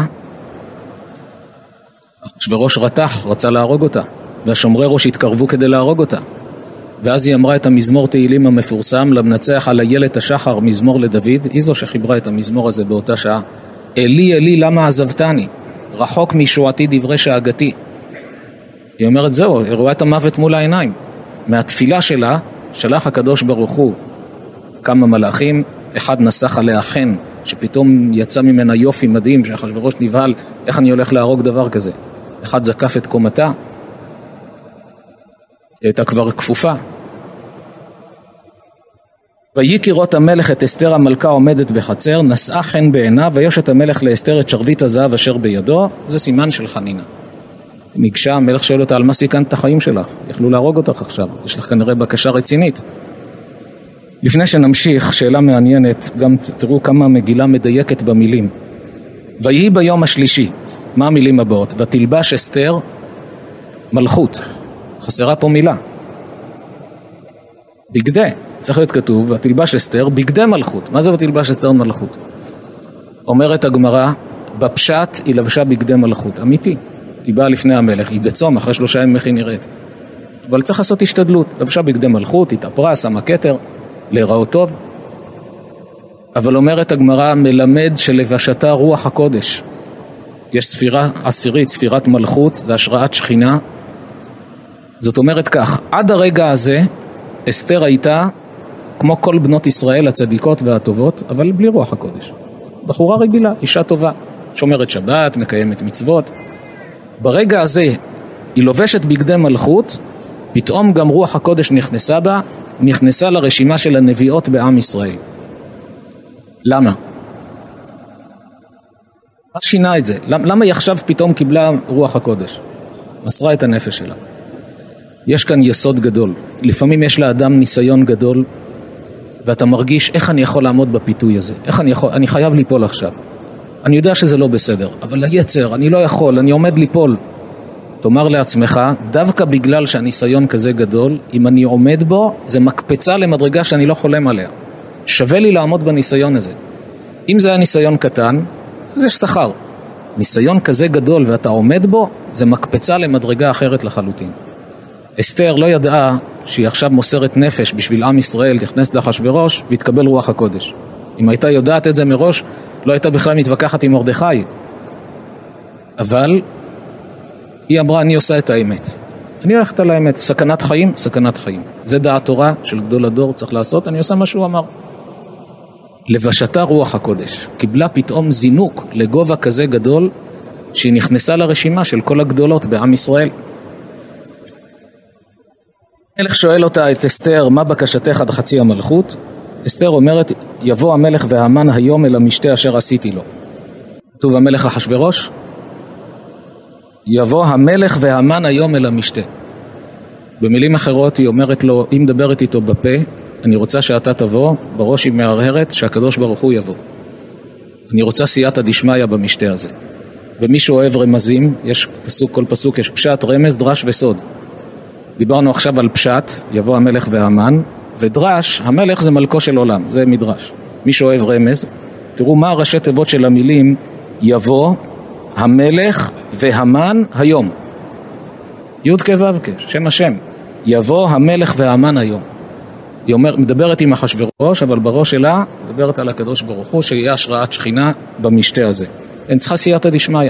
אחשוורוש רתח, רצה להרוג אותה, והשומרי ראש התקרבו כדי להרוג אותה. ואז היא אמרה את המזמור תהילים המפורסם, למנצח על איילת השחר, מזמור לדוד, היא זו שחיברה את המזמור הזה באותה שעה. אלי אלי למה עזבתני, רחוק מישועתי דברי שאגתי. היא אומרת זהו, היא רואה את המוות מול העיניים. מהתפילה שלה שלח הקדוש ברוך הוא כמה מלאכים, אחד נסח עליה חן, שפתאום יצא ממנה יופי מדהים, שאחשוורוש נבהל, איך אני הולך להרוג דבר כזה. אחד זקף את קומתה, היא הייתה כבר כפופה. ויהי כראות המלך את אסתר המלכה עומדת בחצר, נשאה חן בעיניו, ויושת המלך לאסתר את שרביט הזהב אשר בידו, זה סימן של חנינה. ניגשה, המלך שואל אותה, על מה סיכנת את החיים שלך? יכלו להרוג אותך עכשיו, יש לך כנראה בקשה רצינית. לפני שנמשיך, שאלה מעניינת, גם תראו כמה המגילה מדייקת במילים. ויהי ביום השלישי, מה המילים הבאות? ותלבש אסתר מלכות, חסרה פה מילה. בגדי, צריך להיות כתוב, ותלבש אסתר בגדי מלכות. מה זה ותלבש אסתר מלכות? אומרת הגמרא, בפשט היא לבשה בגדי מלכות, אמיתי. היא באה לפני המלך, היא בצום, אחרי 3 ימים איך היא נראית. אבל צריך לעשות השתדלות, לבשה בגדי מלכות, התאפרה, שמה כתר, להיראות טוב. אבל אומרת הגמרא, מלמד שלבשתה רוח הקודש. יש ספירה עשירית, ספירת מלכות, זה השראת שכינה. זאת אומרת כך, עד הרגע הזה, אסתר הייתה כמו כל בנות ישראל הצדיקות והטובות, אבל בלי רוח הקודש. בחורה רגילה, אישה טובה, שומרת שבת, מקיימת מצוות. ברגע הזה היא לובשת בגדי מלכות, פתאום גם רוח הקודש נכנסה בה, נכנסה לרשימה של הנביאות בעם ישראל. למה? מה שינה את זה? למה היא עכשיו פתאום קיבלה רוח הקודש? מסרה את הנפש שלה. יש כאן יסוד גדול. לפעמים יש לאדם ניסיון גדול, ואתה מרגיש איך אני יכול לעמוד בפיתוי הזה. אני חייב ליפול עכשיו. אני יודע שזה לא בסדר, אבל היצר, אני לא יכול, אני עומד ליפול. תאמר לעצמך, דווקא בגלל שהניסיון כזה גדול, אם אני עומד בו, זה מקפצה למדרגה שאני לא חולם עליה. שווה לי לעמוד בניסיון הזה. אם זה היה ניסיון קטן, אז יש שכר. ניסיון כזה גדול ואתה עומד בו, זה מקפצה למדרגה אחרת לחלוטין. אסתר לא ידעה שהיא עכשיו מוסרת נפש בשביל עם ישראל, תכנס לאחשוורוש והתקבל רוח הקודש. אם הייתה יודעת את זה מראש, לא הייתה בכלל מתווכחת עם מרדכי. אבל היא אמרה, אני עושה את האמת. אני הולכת על האמת. סכנת חיים, סכנת חיים. זה דעת תורה של גדול הדור, צריך לעשות, אני עושה מה שהוא אמר. לבשתה רוח הקודש. קיבלה פתאום זינוק לגובה כזה גדול, שהיא נכנסה לרשימה של כל הגדולות בעם ישראל. המלך שואל אותה את אסתר, מה בקשתך עד חצי המלכות? אסתר אומרת, יבוא המלך והמן היום אל המשתה אשר עשיתי לו. כתוב המלך אחשוורוש, יבוא המלך והמן היום אל המשתה. במילים אחרות היא אומרת לו, אם מדברת איתו בפה, אני רוצה שאתה תבוא, בראש היא מהרהרת שהקדוש ברוך הוא יבוא. אני רוצה סייעתא דשמיא במשתה הזה. ומי שאוהב רמזים, יש פסוק, כל פסוק יש פשט, רמז, דרש וסוד. דיברנו עכשיו על פשט, יבוא המלך והמן, ודרש, המלך זה מלכו של עולם, זה מדרש. מי שאוהב רמז, תראו מה ראשי תיבות של המילים, יבוא המלך והמן היום. י' כ' ו' כ', שם השם. יבוא המלך והמן היום. היא מדברת עם אחשוורוש, אבל בראש שלה מדברת על הקדוש ברוך הוא, שיהיה השראת שכינה במשתה הזה. אין צריכה סייעתא דשמיא.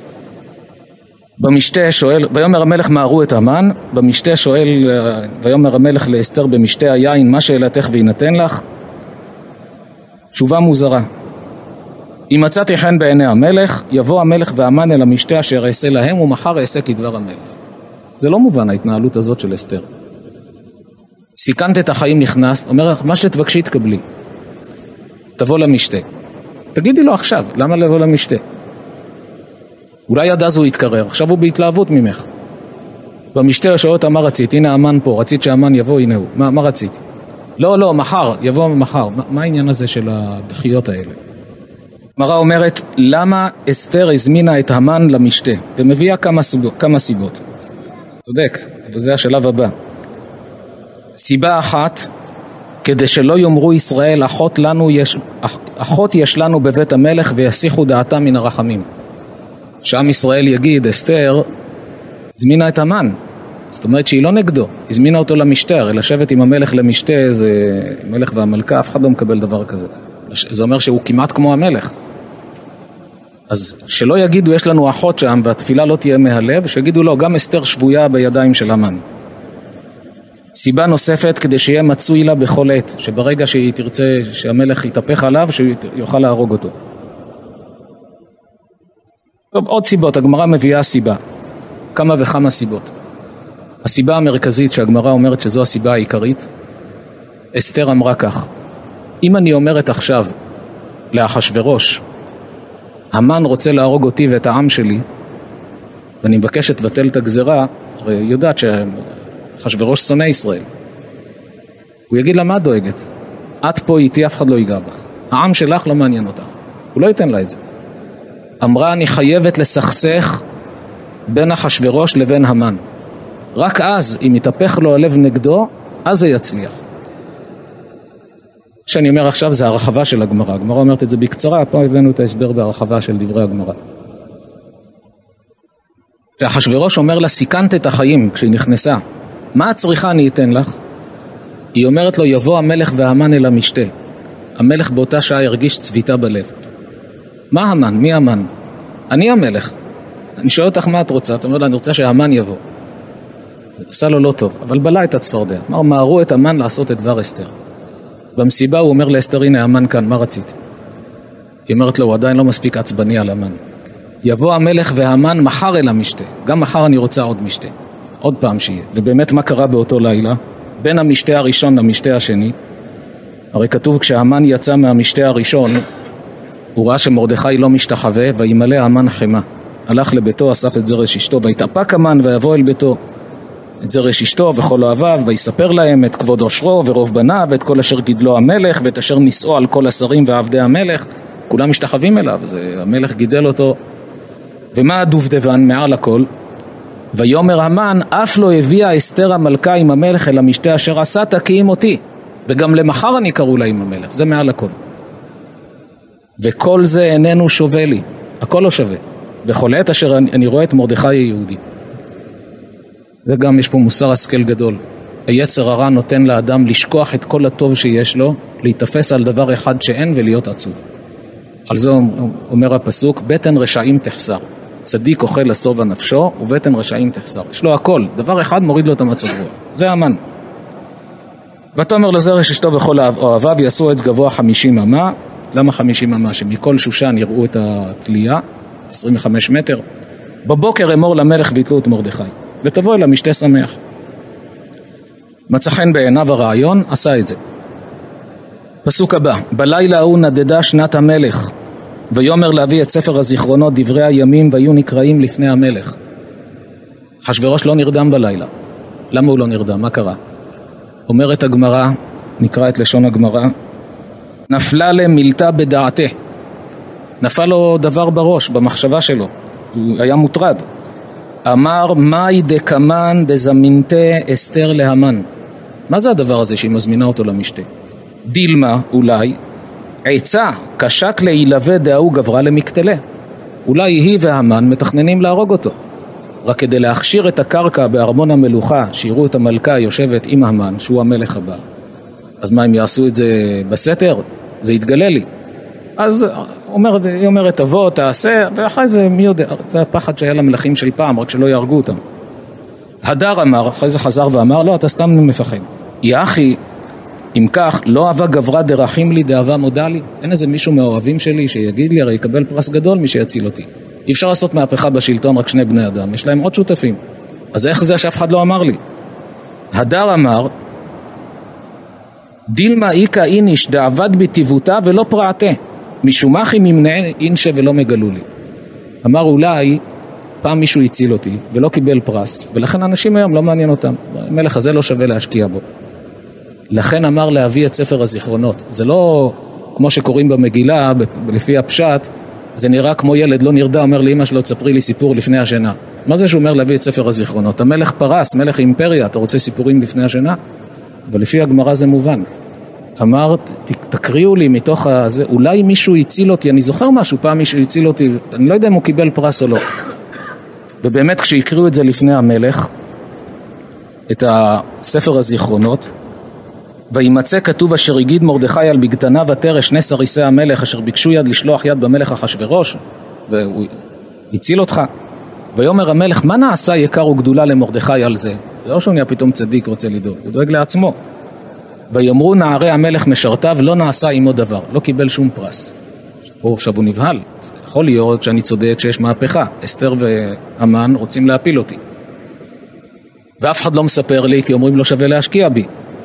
במשתה שואל, ויאמר המלך מהרו את המן, במשתה שואל, ויאמר המלך לאסתר במשתה היין, מה שאלתך וינתן לך? תשובה מוזרה. אם מצאתי חן בעיני המלך, יבוא המלך והמן אל המשתה אשר אעשה להם, ומחר אעשה כדבר המלך. זה לא מובן ההתנהלות הזאת של אסתר. סיכנת את החיים, נכנסת, אומר לך, מה שתבקשי תקבלי. תבוא למשתה. תגידי לו עכשיו, למה לבוא למשתה? אולי עד אז הוא יתקרר, עכשיו הוא בהתלהבות ממך. במשתה שואל אותה, מה רצית? הנה המן פה, רצית שהמן יבוא, הנה הוא. מה רצית? לא, מחר, יבוא מחר. מה העניין הזה של הדחיות האלה? מראה אומרת, למה אסתר הזמינה את המן למשתה? ומביאה כמה סיבות. צודק, וזה השלב הבא. סיבה אחת, כדי שלא יאמרו ישראל, אחות יש לנו בבית המלך ויסיחו דעתם מן הרחמים. שעם ישראל יגיד, אסתר הזמינה את המן. זאת אומרת שהיא לא נגדו, הזמינה אותו למשתה, הרי לשבת עם המלך למשתה, זה מלך והמלכה, אף אחד לא מקבל דבר כזה. זה אומר שהוא כמעט כמו המלך. אז שלא יגידו יש לנו אחות שם והתפילה לא תהיה מהלב, שיגידו לו גם אסתר שבויה בידיים של המן. סיבה נוספת כדי שיהיה מצוי לה בכל עת, שברגע שהיא תרצה שהמלך יתהפך עליו, שהוא יוכל להרוג אותו. טוב, עוד סיבות, הגמרא מביאה סיבה, כמה וכמה סיבות. הסיבה המרכזית שהגמרא אומרת שזו הסיבה העיקרית, אסתר אמרה כך, אם אני אומרת עכשיו לאחשוורוש, המן רוצה להרוג אותי ואת העם שלי, ואני מבקש לבטל את הגזרה, הרי יודעת שאחשוורוש שונא ישראל. הוא יגיד לה, מה דואגת? את פה איתי, אף אחד לא ייגע בך. העם שלך לא מעניין אותך. הוא לא ייתן לה את זה. אמרה, אני חייבת לסכסך בין אחשוורוש לבין המן. רק אז, אם יתהפך לו הלב נגדו, אז זה יצליח. שאני אומר עכשיו זה הרחבה של הגמרא. הגמרא אומרת את זה בקצרה, פה הבאנו את ההסבר בהרחבה של דברי הגמרא. שאחשוורוש אומר לה, סיכנת את החיים כשהיא נכנסה. מה הצריכה אני אתן לך? היא אומרת לו, יבוא המלך והמן אל המשתה. המלך באותה שעה הרגיש צביטה בלב. מה המן? מי המן? אני המלך. אני שואל אותך מה את רוצה? את אומרת לה, אני רוצה שהמן יבוא. זה עשה לו לא טוב, אבל בלה את הצפרדע. אמר, מהרו את המן לעשות את דבר אסתר. במסיבה הוא אומר לאסתר, הנה המן כאן, מה רצית? היא אומרת לו, הוא עדיין לא מספיק עצבני על המן. יבוא המלך והמן מחר אל המשתה. גם מחר אני רוצה עוד משתה. עוד פעם שיהיה. ובאמת מה קרה באותו לילה? בין המשתה הראשון למשתה השני, הרי כתוב כשהמן יצא מהמשתה הראשון, הוא ראה שמרדכי לא משתחווה, וימלא המן חמה. הלך לביתו, אסף את זרש אשתו, ויתאפק המן ויבוא אל ביתו. את זרש אשתו וכל אוהביו, ויספר להם את כבוד עושרו ורוב בניו, ואת כל אשר גידלו המלך, ואת אשר נישאו על כל השרים ועבדי המלך. כולם משתחווים אליו, המלך גידל אותו. ומה הדובדבן מעל הכל? ויאמר המן, אף לא הביאה אסתר המלכה עם המלך אל המשתה אשר עשת, כי אם אותי. וגם למחר אני קראו לה עם המלך, זה מעל הכל. וכל זה איננו שווה לי, הכל לא שווה. בכל עת אשר אני רואה את מרדכי היהודי. זה גם יש פה מוסר השכל גדול. היצר הרע נותן לאדם לשכוח את כל הטוב שיש לו, להתאפס על דבר אחד שאין ולהיות עצוב. על זה אומר הפסוק, בטן רשעים תחסר. צדיק אוכל לשובע נפשו, ובטן רשעים תחסר. יש לו הכל, דבר אחד מוריד לו את המצב רוח. זה המן. ותאמר לזרש אשתו וכל אוהביו יעשו עץ גבוה 50 אמה. למה 50 אמה? שמכל שושן יראו את התלייה, 25 מטר. בבוקר אמור למלך ויתלו את מרדכי, ותבוא אל המשתה שמח. מצא חן בעיניו הרעיון, עשה את זה. פסוק הבא, בלילה ההוא נדדה שנת המלך, ויאמר להביא את ספר הזיכרונות דברי הימים והיו נקראים לפני המלך. אחשוורוש לא נרדם בלילה. למה הוא לא נרדם? מה קרה? אומרת הגמרא, נקרא את לשון הגמרא, נפלה למילתה בדעתה. נפל לו דבר בראש, במחשבה שלו. הוא היה מוטרד. אמר, מאי דקמן דזמינתה אסתר להמן. מה זה הדבר הזה שהיא מזמינה אותו למשתה? דילמה, אולי, עצה, קשק להילווה דאו גברה למקטלה. אולי היא והמן מתכננים להרוג אותו. רק כדי להכשיר את הקרקע בארמון המלוכה, שיראו את המלכה יושבת עם המן, שהוא המלך הבא. אז מה, הם יעשו את זה בסתר? זה יתגלה לי. אז היא אומרת, תבוא, תעשה, ואחרי זה, מי יודע, זה הפחד שהיה למלכים של פעם, רק שלא יהרגו אותם. הדר אמר, אחרי זה חזר ואמר, לא, אתה סתם מפחד. יחי, אם כך, לא אהבה גברה דרחים לי, דאהבה מודה לי. אין איזה מישהו מהאוהבים שלי שיגיד לי, הרי יקבל פרס גדול מי שיציל אותי. אי אפשר לעשות מהפכה בשלטון רק שני בני אדם, יש להם עוד שותפים. אז איך זה שאף אחד לא אמר לי? הדר אמר, דילמה איקה איניש דעבד בטבעותה ולא פרעתה, משומחי ממנעי אינשה ולא מגלו לי. אמר אולי פעם מישהו הציל אותי ולא קיבל פרס, ולכן אנשים היום לא מעניין אותם. המלך הזה לא שווה להשקיע בו. לכן אמר להביא את ספר הזיכרונות. זה לא כמו שקוראים במגילה, לפי הפשט, זה נראה כמו ילד לא נרדה, אומר לאמא שלו, תספרי לי סיפור לפני השינה. מה זה שהוא אומר להביא את ספר הזיכרונות? המלך פרס, מלך אימפריה, אתה רוצה סיפורים לפני השינה? ולפי הגמרא זה מובן. אמרת, תקריאו לי מתוך הזה, אולי מישהו הציל אותי, אני זוכר משהו, פעם מישהו הציל אותי, אני לא יודע אם הוא קיבל פרס או לא. ובאמת כשהקריאו את זה לפני המלך, את הספר הזיכרונות, וימצא כתוב אשר הגיד מרדכי על בגתניו ותרש שני סריסי המלך אשר ביקשו יד לשלוח יד במלך אחשוורוש, והוא הציל אותך. ויאמר המלך, מה נעשה יקר וגדולה למרדכי על זה? זה לא שהוא נהיה פתאום צדיק רוצה לדאוג, הוא דואג לעצמו. ויאמרו נערי המלך משרתיו, לא נעשה עמו דבר, לא קיבל שום פרס. פה עכשיו הוא נבהל, יכול להיות שאני צודק שיש מהפכה, אסתר והמן רוצים להפיל אותי. ואף אחד לא מספר לי, כי אומרים לא שווה להשקיע בי.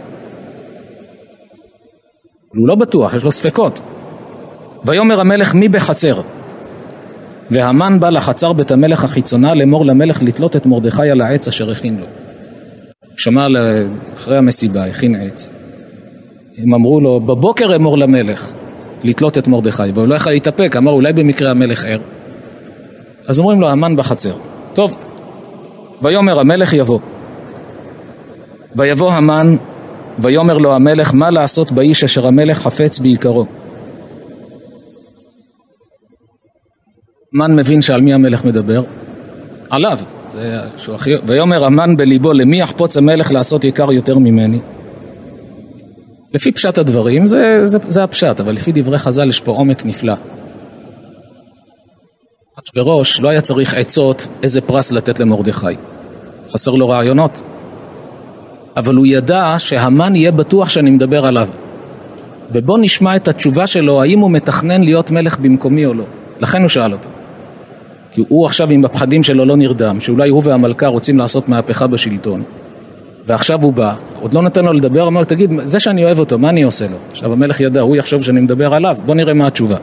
הוא לא בטוח, יש לו ספקות. ויאמר המלך מי בחצר? והמן בא לחצר בית המלך החיצונה לאמור למלך לתלות את מרדכי על העץ אשר הכין לו. שמע אחרי המסיבה, הכין עץ. הם אמרו לו, בבוקר אמור למלך לתלות את מרדכי, והוא לא יכול להתאפק, אמר אולי במקרה המלך ער. אז אומרים לו, המן בחצר. טוב, ויאמר המלך יבוא. ויבוא המן, ויאמר לו המלך, מה לעשות באיש אשר המלך חפץ בעיקרו? המן מבין שעל מי המלך מדבר? עליו. ויאמר המן בליבו, למי יחפוץ המלך לעשות יקר יותר ממני? לפי פשט הדברים זה הפשט, אבל לפי דברי חז"ל יש פה עומק נפלא. אחשוורוש לא היה צריך עצות איזה פרס לתת למרדכי. חסר לו רעיונות. אבל הוא ידע שהמן יהיה בטוח שאני מדבר עליו. ובוא נשמע את התשובה שלו, האם הוא מתכנן להיות מלך במקומי או לא. לכן הוא שאל אותו. כי הוא עכשיו עם הפחדים שלו לא נרדם, שאולי הוא והמלכה רוצים לעשות מהפכה בשלטון. ועכשיו הוא בא, עוד לא נתן לו לדבר, אמר, תגיד, זה שאני אוהב אותו, מה אני עושה לו? עכשיו המלך ידע, הוא יחשוב שאני מדבר עליו, בוא נראה מה התשובה.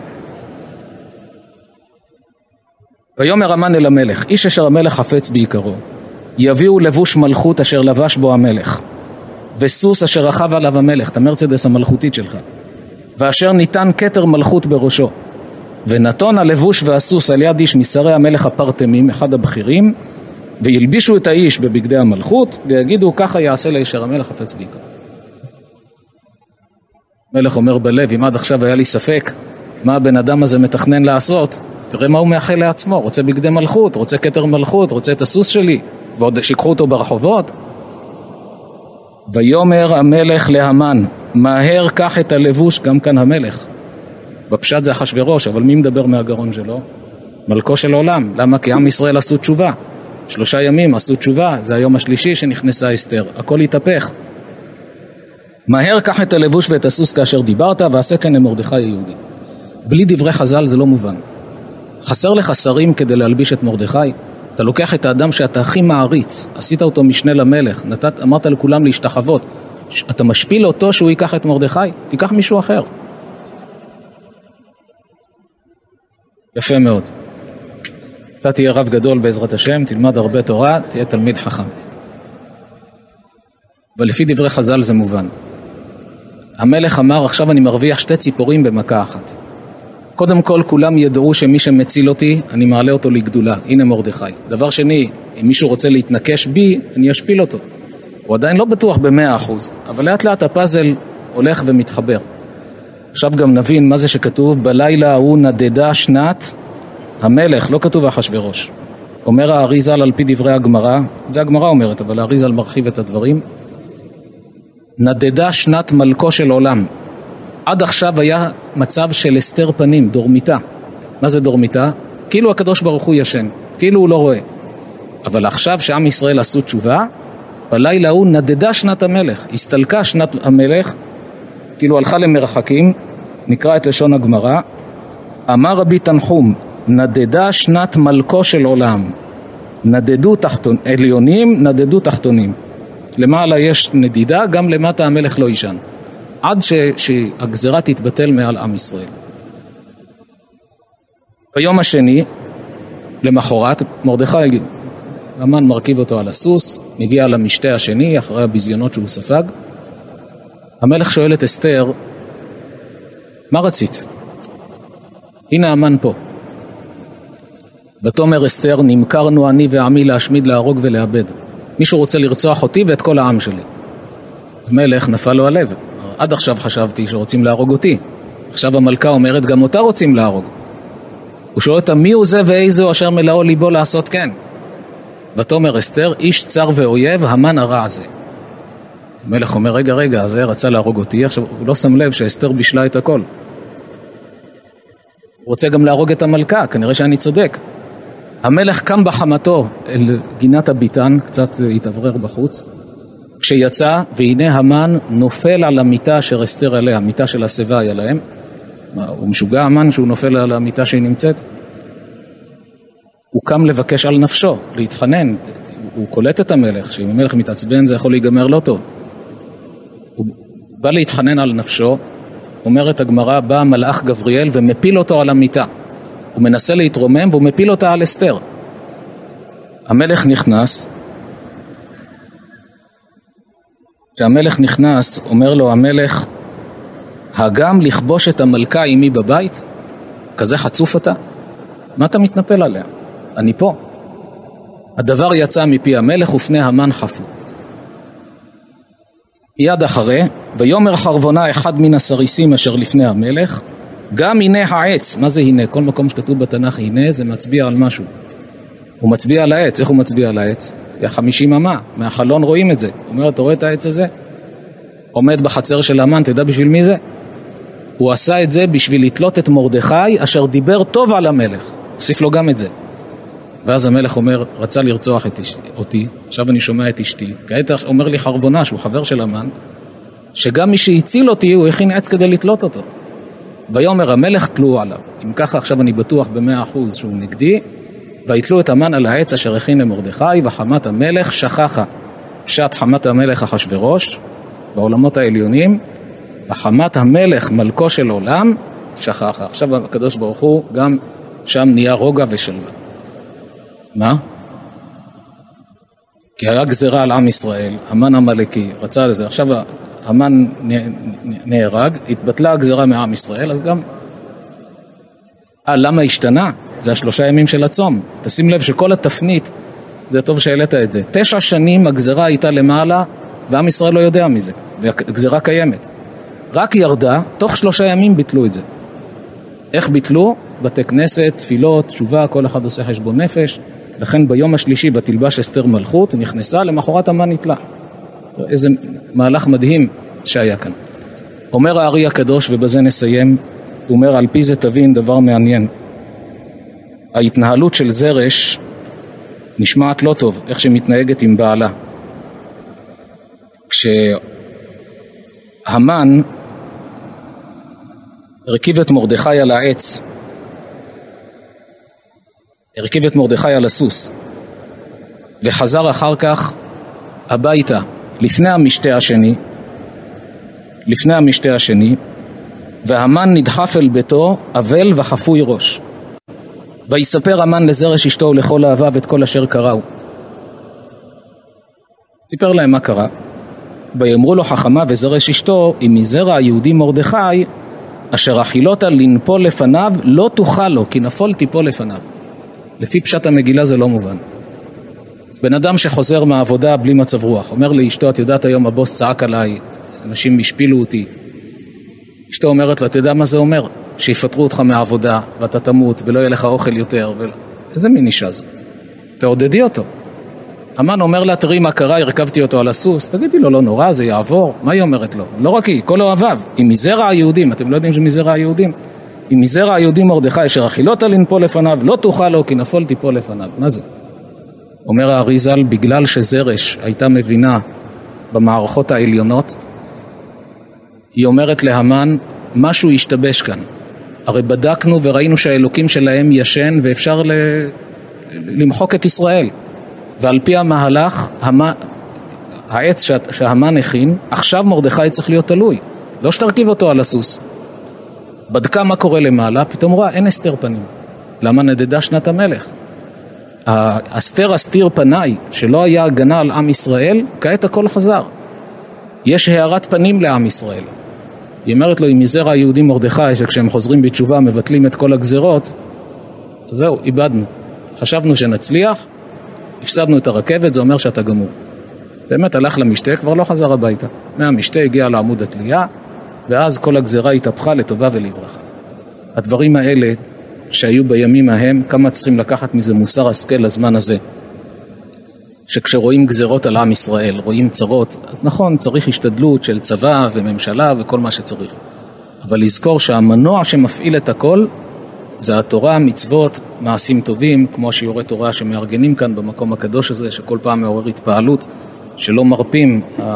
ויאמר המן אל המלך, איש אשר המלך חפץ בעיקרו, יביאו לבוש מלכות אשר לבש בו המלך, וסוס אשר רכב עליו המלך, את המרצדס המלכותית שלך, ואשר ניתן כתר מלכות בראשו, ונתון הלבוש והסוס על יד איש משרי המלך הפרטמים, אחד הבכירים, וילבישו את האיש בבגדי המלכות, ויגידו ככה יעשה לאשר המלך חפץ בעיקר. מלך אומר בלב, אם עד עכשיו היה לי ספק מה הבן אדם הזה מתכנן לעשות, תראה מה הוא מאחל לעצמו, רוצה בגדי מלכות, רוצה כתר מלכות, רוצה את הסוס שלי, ועוד שיקחו אותו ברחובות. ויאמר המלך להמן, מהר קח את הלבוש, גם כאן המלך. בפשט זה אחשוורוש, אבל מי מדבר מהגרון שלו? מלכו של עולם. למה? כי עם ישראל עשו תשובה. 3 ימים עשו תשובה, זה היום השלישי שנכנסה אסתר. הכל התהפך. מהר קח את הלבוש ואת הסוס כאשר דיברת, ועשה כן למרדכי היהודי. בלי דברי חז"ל זה לא מובן. חסר לך שרים כדי להלביש את מרדכי? אתה לוקח את האדם שאתה הכי מעריץ, עשית אותו משנה למלך, אמרת לכולם להשתחוות, אתה משפיל אותו שהוא ייקח את מרדכי? תיקח מישהו אחר. יפה מאוד. אתה תהיה רב גדול בעזרת השם, תלמד הרבה תורה, תהיה תלמיד חכם. אבל לפי דברי חז"ל זה מובן. המלך אמר, עכשיו אני מרוויח 2 ציפורים במכה אחת. קודם כל, כולם ידעו שמי שמציל אותי, אני מעלה אותו לגדולה. הנה מרדכי. דבר שני, אם מישהו רוצה להתנקש בי, אני אשפיל אותו. הוא עדיין לא בטוח ב100%, אבל לאט לאט הפאזל הולך ומתחבר. עכשיו גם נבין מה זה שכתוב, בלילה ההוא נדדה שנת המלך, לא כתוב אחשוורוש. אומר האריזל על פי דברי הגמרא, זה הגמרא אומרת, אבל האריזל מרחיב את הדברים, נדדה שנת מלכו של עולם. עד עכשיו היה מצב של הסתר פנים, דורמיתה. מה זה דורמיתה? כאילו הקדוש ברוך הוא ישן, כאילו הוא לא רואה. אבל עכשיו שעם ישראל עשו תשובה, בלילה הוא נדדה שנת המלך, הסתלקה שנת המלך, כאילו הלכה למרחקים, נקרא את לשון הגמרא, אמר רבי תנחום, נדדה שנת מלכו של עולם, נדדו עליונים, נדדו תחתונים. למעלה יש נדידה, גם למטה המלך לא ישן. עד שהגזרה תתבטל מעל עם ישראל. ביום השני, למחרת, מרדכי, המן מרכיב אותו על הסוס, מגיע למשתה השני, אחרי הבזיונות שהוא ספג. המלך שואל את אסתר, מה רצית? הנה המן פה. ותאמר אסתר, נמכרנו אני ועמי להשמיד, להרוג ולאבד. מישהו רוצה לרצוח אותי ואת כל העם שלי. המלך נפל לו הלב. עד עכשיו חשבתי שרוצים להרוג אותי. עכשיו המלכה אומרת, גם אותה רוצים להרוג. הוא שואל אותה, מי הוא זה ואיזה אשר מלאו ליבו לעשות כן? ותאמר אסתר, איש צר ואויב, המן הרע הזה. המלך אומר, רגע, זה רצה להרוג אותי. עכשיו הוא לא שם לב שאסתר בישלה את הכל. הוא רוצה גם להרוג את המלכה, כנראה שאני צודק. המלך קם בחמתו אל גינת הביתן, קצת התעברר בחוץ, כשיצא, והנה המן נופל על המיטה אשר אסתר עליה, המיטה של השיבה היה להם. הוא משוגע המן שהוא נופל על המיטה שהיא נמצאת? הוא קם לבקש על נפשו, להתחנן. הוא קולט את המלך, שאם המלך מתעצבן זה יכול להיגמר לא טוב. הוא בא להתחנן על נפשו, אומרת הגמרא, בא המלאך גבריאל ומפיל אותו על המיטה. הוא מנסה להתרומם והוא מפיל אותה על אסתר. המלך נכנס, כשהמלך נכנס, אומר לו המלך, הגם לכבוש את המלכה עמי בבית? כזה חצוף אתה? מה אתה מתנפל עליה? אני פה. הדבר יצא מפי המלך ופני המן חפו. יד אחרי, ויאמר חרבונה אחד מן הסריסים אשר לפני המלך, גם הנה העץ. מה זה הנה? כל מקום שכתוב בתנ"ך הנה זה מצביע על משהו. הוא מצביע על העץ. איך הוא מצביע על העץ? 50 אמה, מהחלון רואים את זה. הוא אומר, אתה רואה את העץ הזה? עומד בחצר של המן, אתה יודע בשביל מי זה? הוא עשה את זה בשביל לתלות את מרדכי אשר דיבר טוב על המלך. הוסיף לו גם את זה. ואז המלך אומר, רצה לרצוח אותי, עכשיו אני שומע את אשתי. כעת אומר לי חרבונה, שהוא חבר של המן, שגם מי שהציל אותי, הוא הכין עץ כדי לתלות אותו. ויאמר המלך תלו עליו. אם ככה עכשיו אני בטוח ב100% שהוא נגדי, ויתלו את המן על העץ אשר הכין למרדכי, וחמת המלך שכחה. פשט חמת המלך אחשוורוש, בעולמות העליונים, וחמת המלך מלכו של עולם, שכחה. עכשיו הקדוש ברוך הוא גם שם נהיה רוגע ושלווה. מה? כי היה גזרה על עם ישראל, המן המלכי, רצה לזה, עכשיו המן נהרג, התבטלה הגזרה מעם ישראל, אז גם... למה השתנה? זה 3 ימים של הצום. תשים לב שכל התפנית, זה טוב שהעלית את זה. 9 שנים הגזרה הייתה למעלה, ועם ישראל לא יודע מזה, והגזרה קיימת. רק ירדה, תוך 3 ימים ביטלו את זה. איך ביטלו? בתי כנסת, תפילות, תשובה, כל אחד עושה חשבון נפש. לכן ביום השלישי בתלבש אסתר מלכות, נכנסה, למחרת המן נתלה. איזה מהלך מדהים שהיה כאן. אומר הארי הקדוש, ובזה נסיים, הוא אומר, על פי זה תבין דבר מעניין. ההתנהלות של זרש נשמעת לא טוב, איך שמתנהגת עם בעלה. כשהמן הרכיב את מרדכי על העץ, הרכיב את מרדכי על הסוס, וחזר אחר כך הביתה, לפני המשתה השני, והמן נדחף אל ביתו, אבל וחפוי ראש. ויספר המן לזרש אשתו ולכל אהביו את כל אשר קראו. סיפר להם מה קרה. ויאמרו לו חכמה וזרש אשתו, אם מזרע היהודי מרדכי, אשר אכילותה לנפול לפניו, לא תוכל לו, כי נפול תיפול לפניו. לפי פשט המגילה זה לא מובן. בן אדם שחוזר מהעבודה בלי מצב רוח, אומר לאשתו, את יודעת היום הבוס צעק עליי, אנשים השפילו אותי. אשתו אומרת לה, אתה יודע מה זה אומר? שיפטרו אותך מהעבודה, ואתה תמות, ולא יהיה לך אוכל יותר. איזה מין אישה זו? תעודדי אותו. המן אומר לה, תראי מה קרה, הרכבתי אותו על הסוס. תגידי לו, לא נורא, זה יעבור. מה היא אומרת לו? לא רק היא, כל אוהביו. אם מזרע היהודים, אתם לא יודעים שמזרע היהודים? אם מזרע היהודים מרדכי, אשר אכילותה לנפול לפניו, לא תוכל לו, כי נפול תיפול לפניו. מה זה? אומר הארי ז"ל, בגלל שזרש הייתה מבינה במערכות העליונות, היא אומרת להמן, משהו ישתבש כאן. הרי בדקנו וראינו שהאלוקים שלהם ישן ואפשר למחוק את ישראל. ועל פי המהלך, העץ שהמן הכין, עכשיו מרדכי צריך להיות תלוי. לא שתרכיב אותו על הסוס. בדקה מה קורה למעלה, פתאום רואה, אין אסתר פנים. למה נדדה שנת המלך? אסתר אסתיר פניי, שלא היה הגנה על עם ישראל, כעת הכל חזר. יש הערת פנים לעם ישראל. היא אומרת לו, אם מזרע היהודים מרדכי, שכשהם חוזרים בתשובה מבטלים את כל הגזרות, זהו, איבדנו. חשבנו שנצליח, הפסדנו את הרכבת, זה אומר שאתה גמור. באמת הלך למשתה, כבר לא חזר הביתה. מהמשתה הגיע לעמוד התלייה, ואז כל הגזרה התהפכה לטובה ולברכה. הדברים האלה שהיו בימים ההם, כמה צריכים לקחת מזה מוסר השכל לזמן הזה. שכשרואים גזרות על עם ישראל, רואים צרות, אז נכון, צריך השתדלות של צבא וממשלה וכל מה שצריך. אבל לזכור שהמנוע שמפעיל את הכל, זה התורה, מצוות, מעשים טובים, כמו השיעורי תורה שמארגנים כאן במקום הקדוש הזה, שכל פעם מעורר התפעלות, שלא מרפים,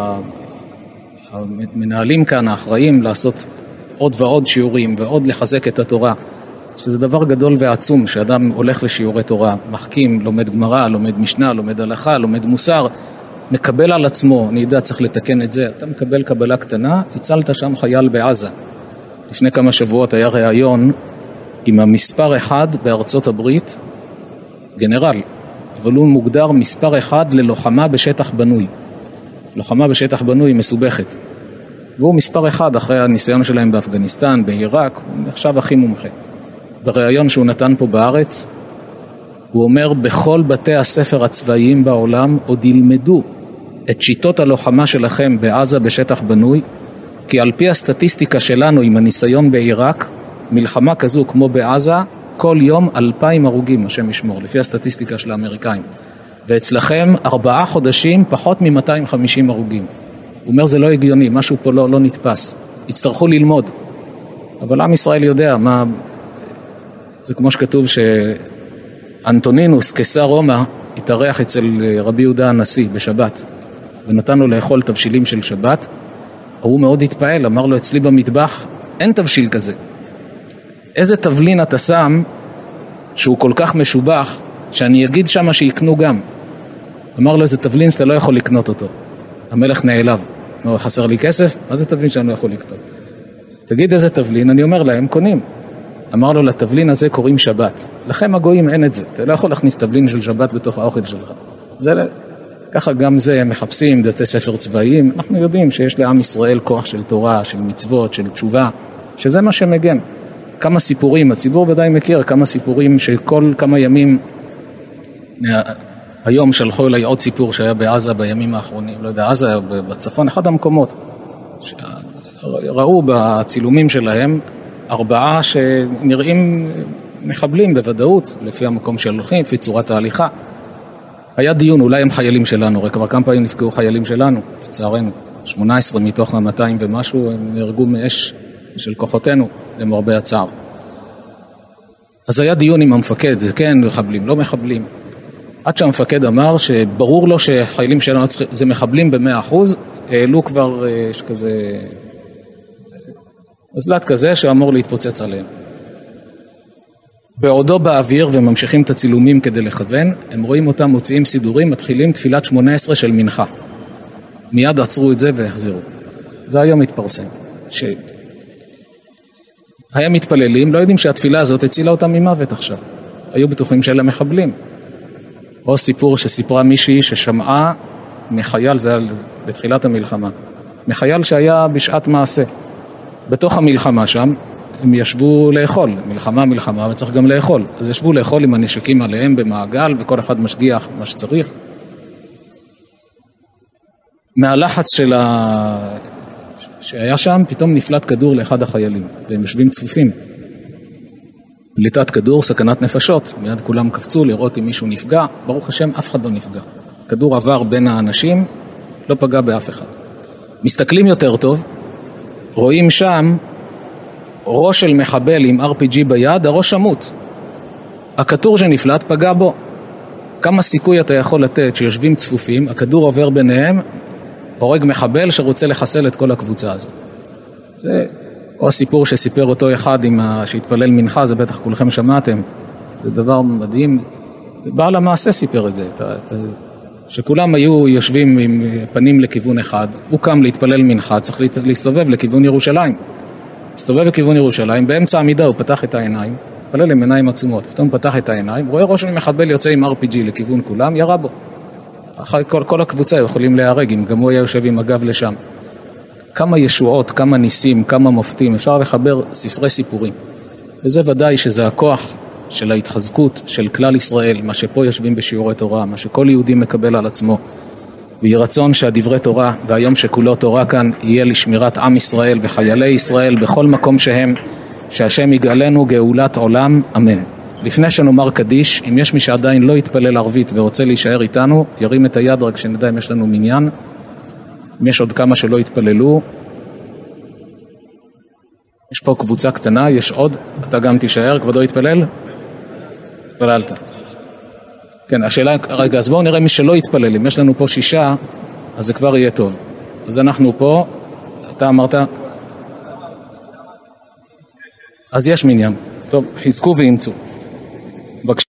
המנהלים כאן, האחראים, לעשות עוד ועוד שיעורים ועוד לחזק את התורה, שזה דבר גדול ועצום, שאדם הולך לשיעורי תורה, מחכים, לומד גמרא, לומד משנה, לומד הלכה, לומד מוסר, מקבל על עצמו, אני יודע, צריך לתקן את זה, אתה מקבל קבלה קטנה, הצלת שם חייל בעזה. לפני כמה שבועות היה ראיון עם המספר 1 בארצות הברית, גנרל, אבל הוא מוגדר מספר 1 ללוחמה בשטח בנוי. לוחמה בשטח בנוי מסובכת. והוא מספר 1 אחרי הניסיון שלהם באפגניסטן, בעיראק, הוא נחשב הכי מומחה. בראיון שהוא נתן פה בארץ, הוא אומר, בכל בתי הספר הצבאיים בעולם עוד ילמדו את שיטות הלוחמה שלכם בעזה בשטח בנוי, כי על פי הסטטיסטיקה שלנו עם הניסיון בעיראק, מלחמה כזו כמו בעזה, כל יום 2,000 הרוגים, השם ישמור, לפי הסטטיסטיקה של האמריקאים. ואצלכם 4 חודשים פחות מ-250 הרוגים. הוא אומר, זה לא הגיוני, משהו פה לא נתפס. יצטרכו ללמוד. אבל עם ישראל יודע מה... זה כמו שכתוב שאנטונינוס, קיסר רומא, התארח אצל רבי יהודה הנשיא בשבת, ונתן לו לאכול תבשילים של שבת. הוא מאוד התפעל, אמר לו, אצלי במטבח אין תבשיל כזה. איזה תבלין אתה שם שהוא כל כך משובח, שאני אגיד שמה שיקנו גם. אמר לו, איזה תבלין שאתה לא יכול לקנות אותו. המלך נעלב. אמר, חסר לי כסף? מה זה תבלין שאני לא יכול לקנות? תגיד איזה תבלין, אני אומר להם, קונים. אמר לו, לתבלין הזה קוראים שבת. לכם הגויים אין את זה. אתה לא יכול להכניס תבלין של שבת בתוך האוכל שלך. ככה גם זה מחפשים דתי ספר צבאיים. אנחנו יודעים שיש לעם ישראל כוח של תורה, של מצוות, של תשובה, שזה מה שמגן. כמה סיפורים, הציבור ודאי מכיר, כמה סיפורים שכל כמה ימים, היום שלחו אליי עוד סיפור שהיה בעזה בימים האחרונים, לא יודע, עזה בצפון, אחד המקומות, ראו בצילומים שלהם 4 שנראים מחבלים בוודאות, לפי המקום של הולכים, לפי צורת ההליכה. היה דיון, אולי הם חיילים שלנו, רק כבר כמה פעמים נפגעו חיילים שלנו, לצערנו. 18 מתוך 200 ומשהו הם נהרגו מאש של כוחותינו, למרבה הצער. אז היה דיון עם המפקד, כן מחבלים, לא מחבלים. עד שהמפקד אמר שברור לו שחיילים שלנו זה מחבלים ב100%, העלו כבר כזה מזל"ט כזה שאמור להתפוצץ עליהם. בעודו באוויר וממשיכים את הצילומים כדי לכוון, הם רואים אותם מוציאים סידורים, מתחילים תפילת 18 של מנחה. מיד עצרו את זה והחזירו. זה היום התפרסם. היה מתפללים, לא יודעים שהתפילה הזאת הצילה אותם ממוות עכשיו. היו בטוחים שאלה מחבלים. או סיפור שסיפרה מישהי ששמעה מחייל, זה היה בתחילת המלחמה, מחייל שהיה בשעת מעשה. בתוך המלחמה שם, הם ישבו לאכול, מלחמה, וצריך גם לאכול. אז ישבו לאכול עם הנשקים עליהם במעגל, וכל אחד משגיח מה שצריך. מהלחץ שהיה שם, פתאום נפלט כדור לאחד החיילים, והם יושבים צפופים. פליטת כדור, סכנת נפשות, מיד כולם קפצו לראות אם מישהו נפגע, ברוך השם אף אחד לא נפגע. כדור עבר בין האנשים, לא פגע באף אחד. מסתכלים יותר טוב, רואים שם ראש של מחבל עם RPG ביד, הראש שמות. הכדור שנפלט פגע בו. כמה סיכוי אתה יכול לתת שיושבים צפופים, הכדור עובר ביניהם, הורג מחבל שרוצה לחסל את כל הקבוצה הזאת. זה או הסיפור שסיפר אותו אחד שהתפלל מנחה, זה בטח כולכם שמעתם. זה דבר מדהים. בעל המעשה סיפר את זה, שכולם היו יושבים עם פנים לכיוון אחד, הוא קם להתפלל מנחה, צריך להסתובב לכיוון ירושלים. הסתובב לכיוון ירושלים, באמצע העמידה הוא פתח את העיניים, התפלל עם עיניים עצומות, פתאום פתח את העיניים, רואה ראש מחבל יוצא עם RPG לכיוון כולם, ירה בו. אחרי כל הקבוצה יכולים להיהרג, אם גם הוא היה יושב עם הגב לשם. כמה ישועות, כמה ניסים, כמה מופתים, אפשר לחבר ספרי סיפורים. וזה ודאי שזה הכוח של ההתחזקות של כלל ישראל, מה שפה יושבים בשיעורי תורה, מה שכל יהודי מקבל על עצמו. ויהי רצון שהדברי תורה והיום שכולו תורה כאן יהיה לשמירת עם ישראל וחיילי ישראל בכל מקום שהם, שהשם יגאלנו גאולת עולם, אמן. לפני שנאמר קדיש, אם יש מי שעדיין לא יתפלל ערבית ורוצה להישאר איתנו, ירים את היד רק שנדע אם יש לנו מניין. אם יש עוד כמה שלא יתפללו, יש פה קבוצה קטנה, יש עוד, אתה גם תישאר, כבודו יתפלל? התפללת. כן, השאלה, רגע, אז בואו נראה מי שלא יתפלל, אם יש לנו פה 6, אז זה כבר יהיה טוב. אז אנחנו פה, אתה אמרת, אז יש מניין. טוב, חזקו ואימצו. בבקשה.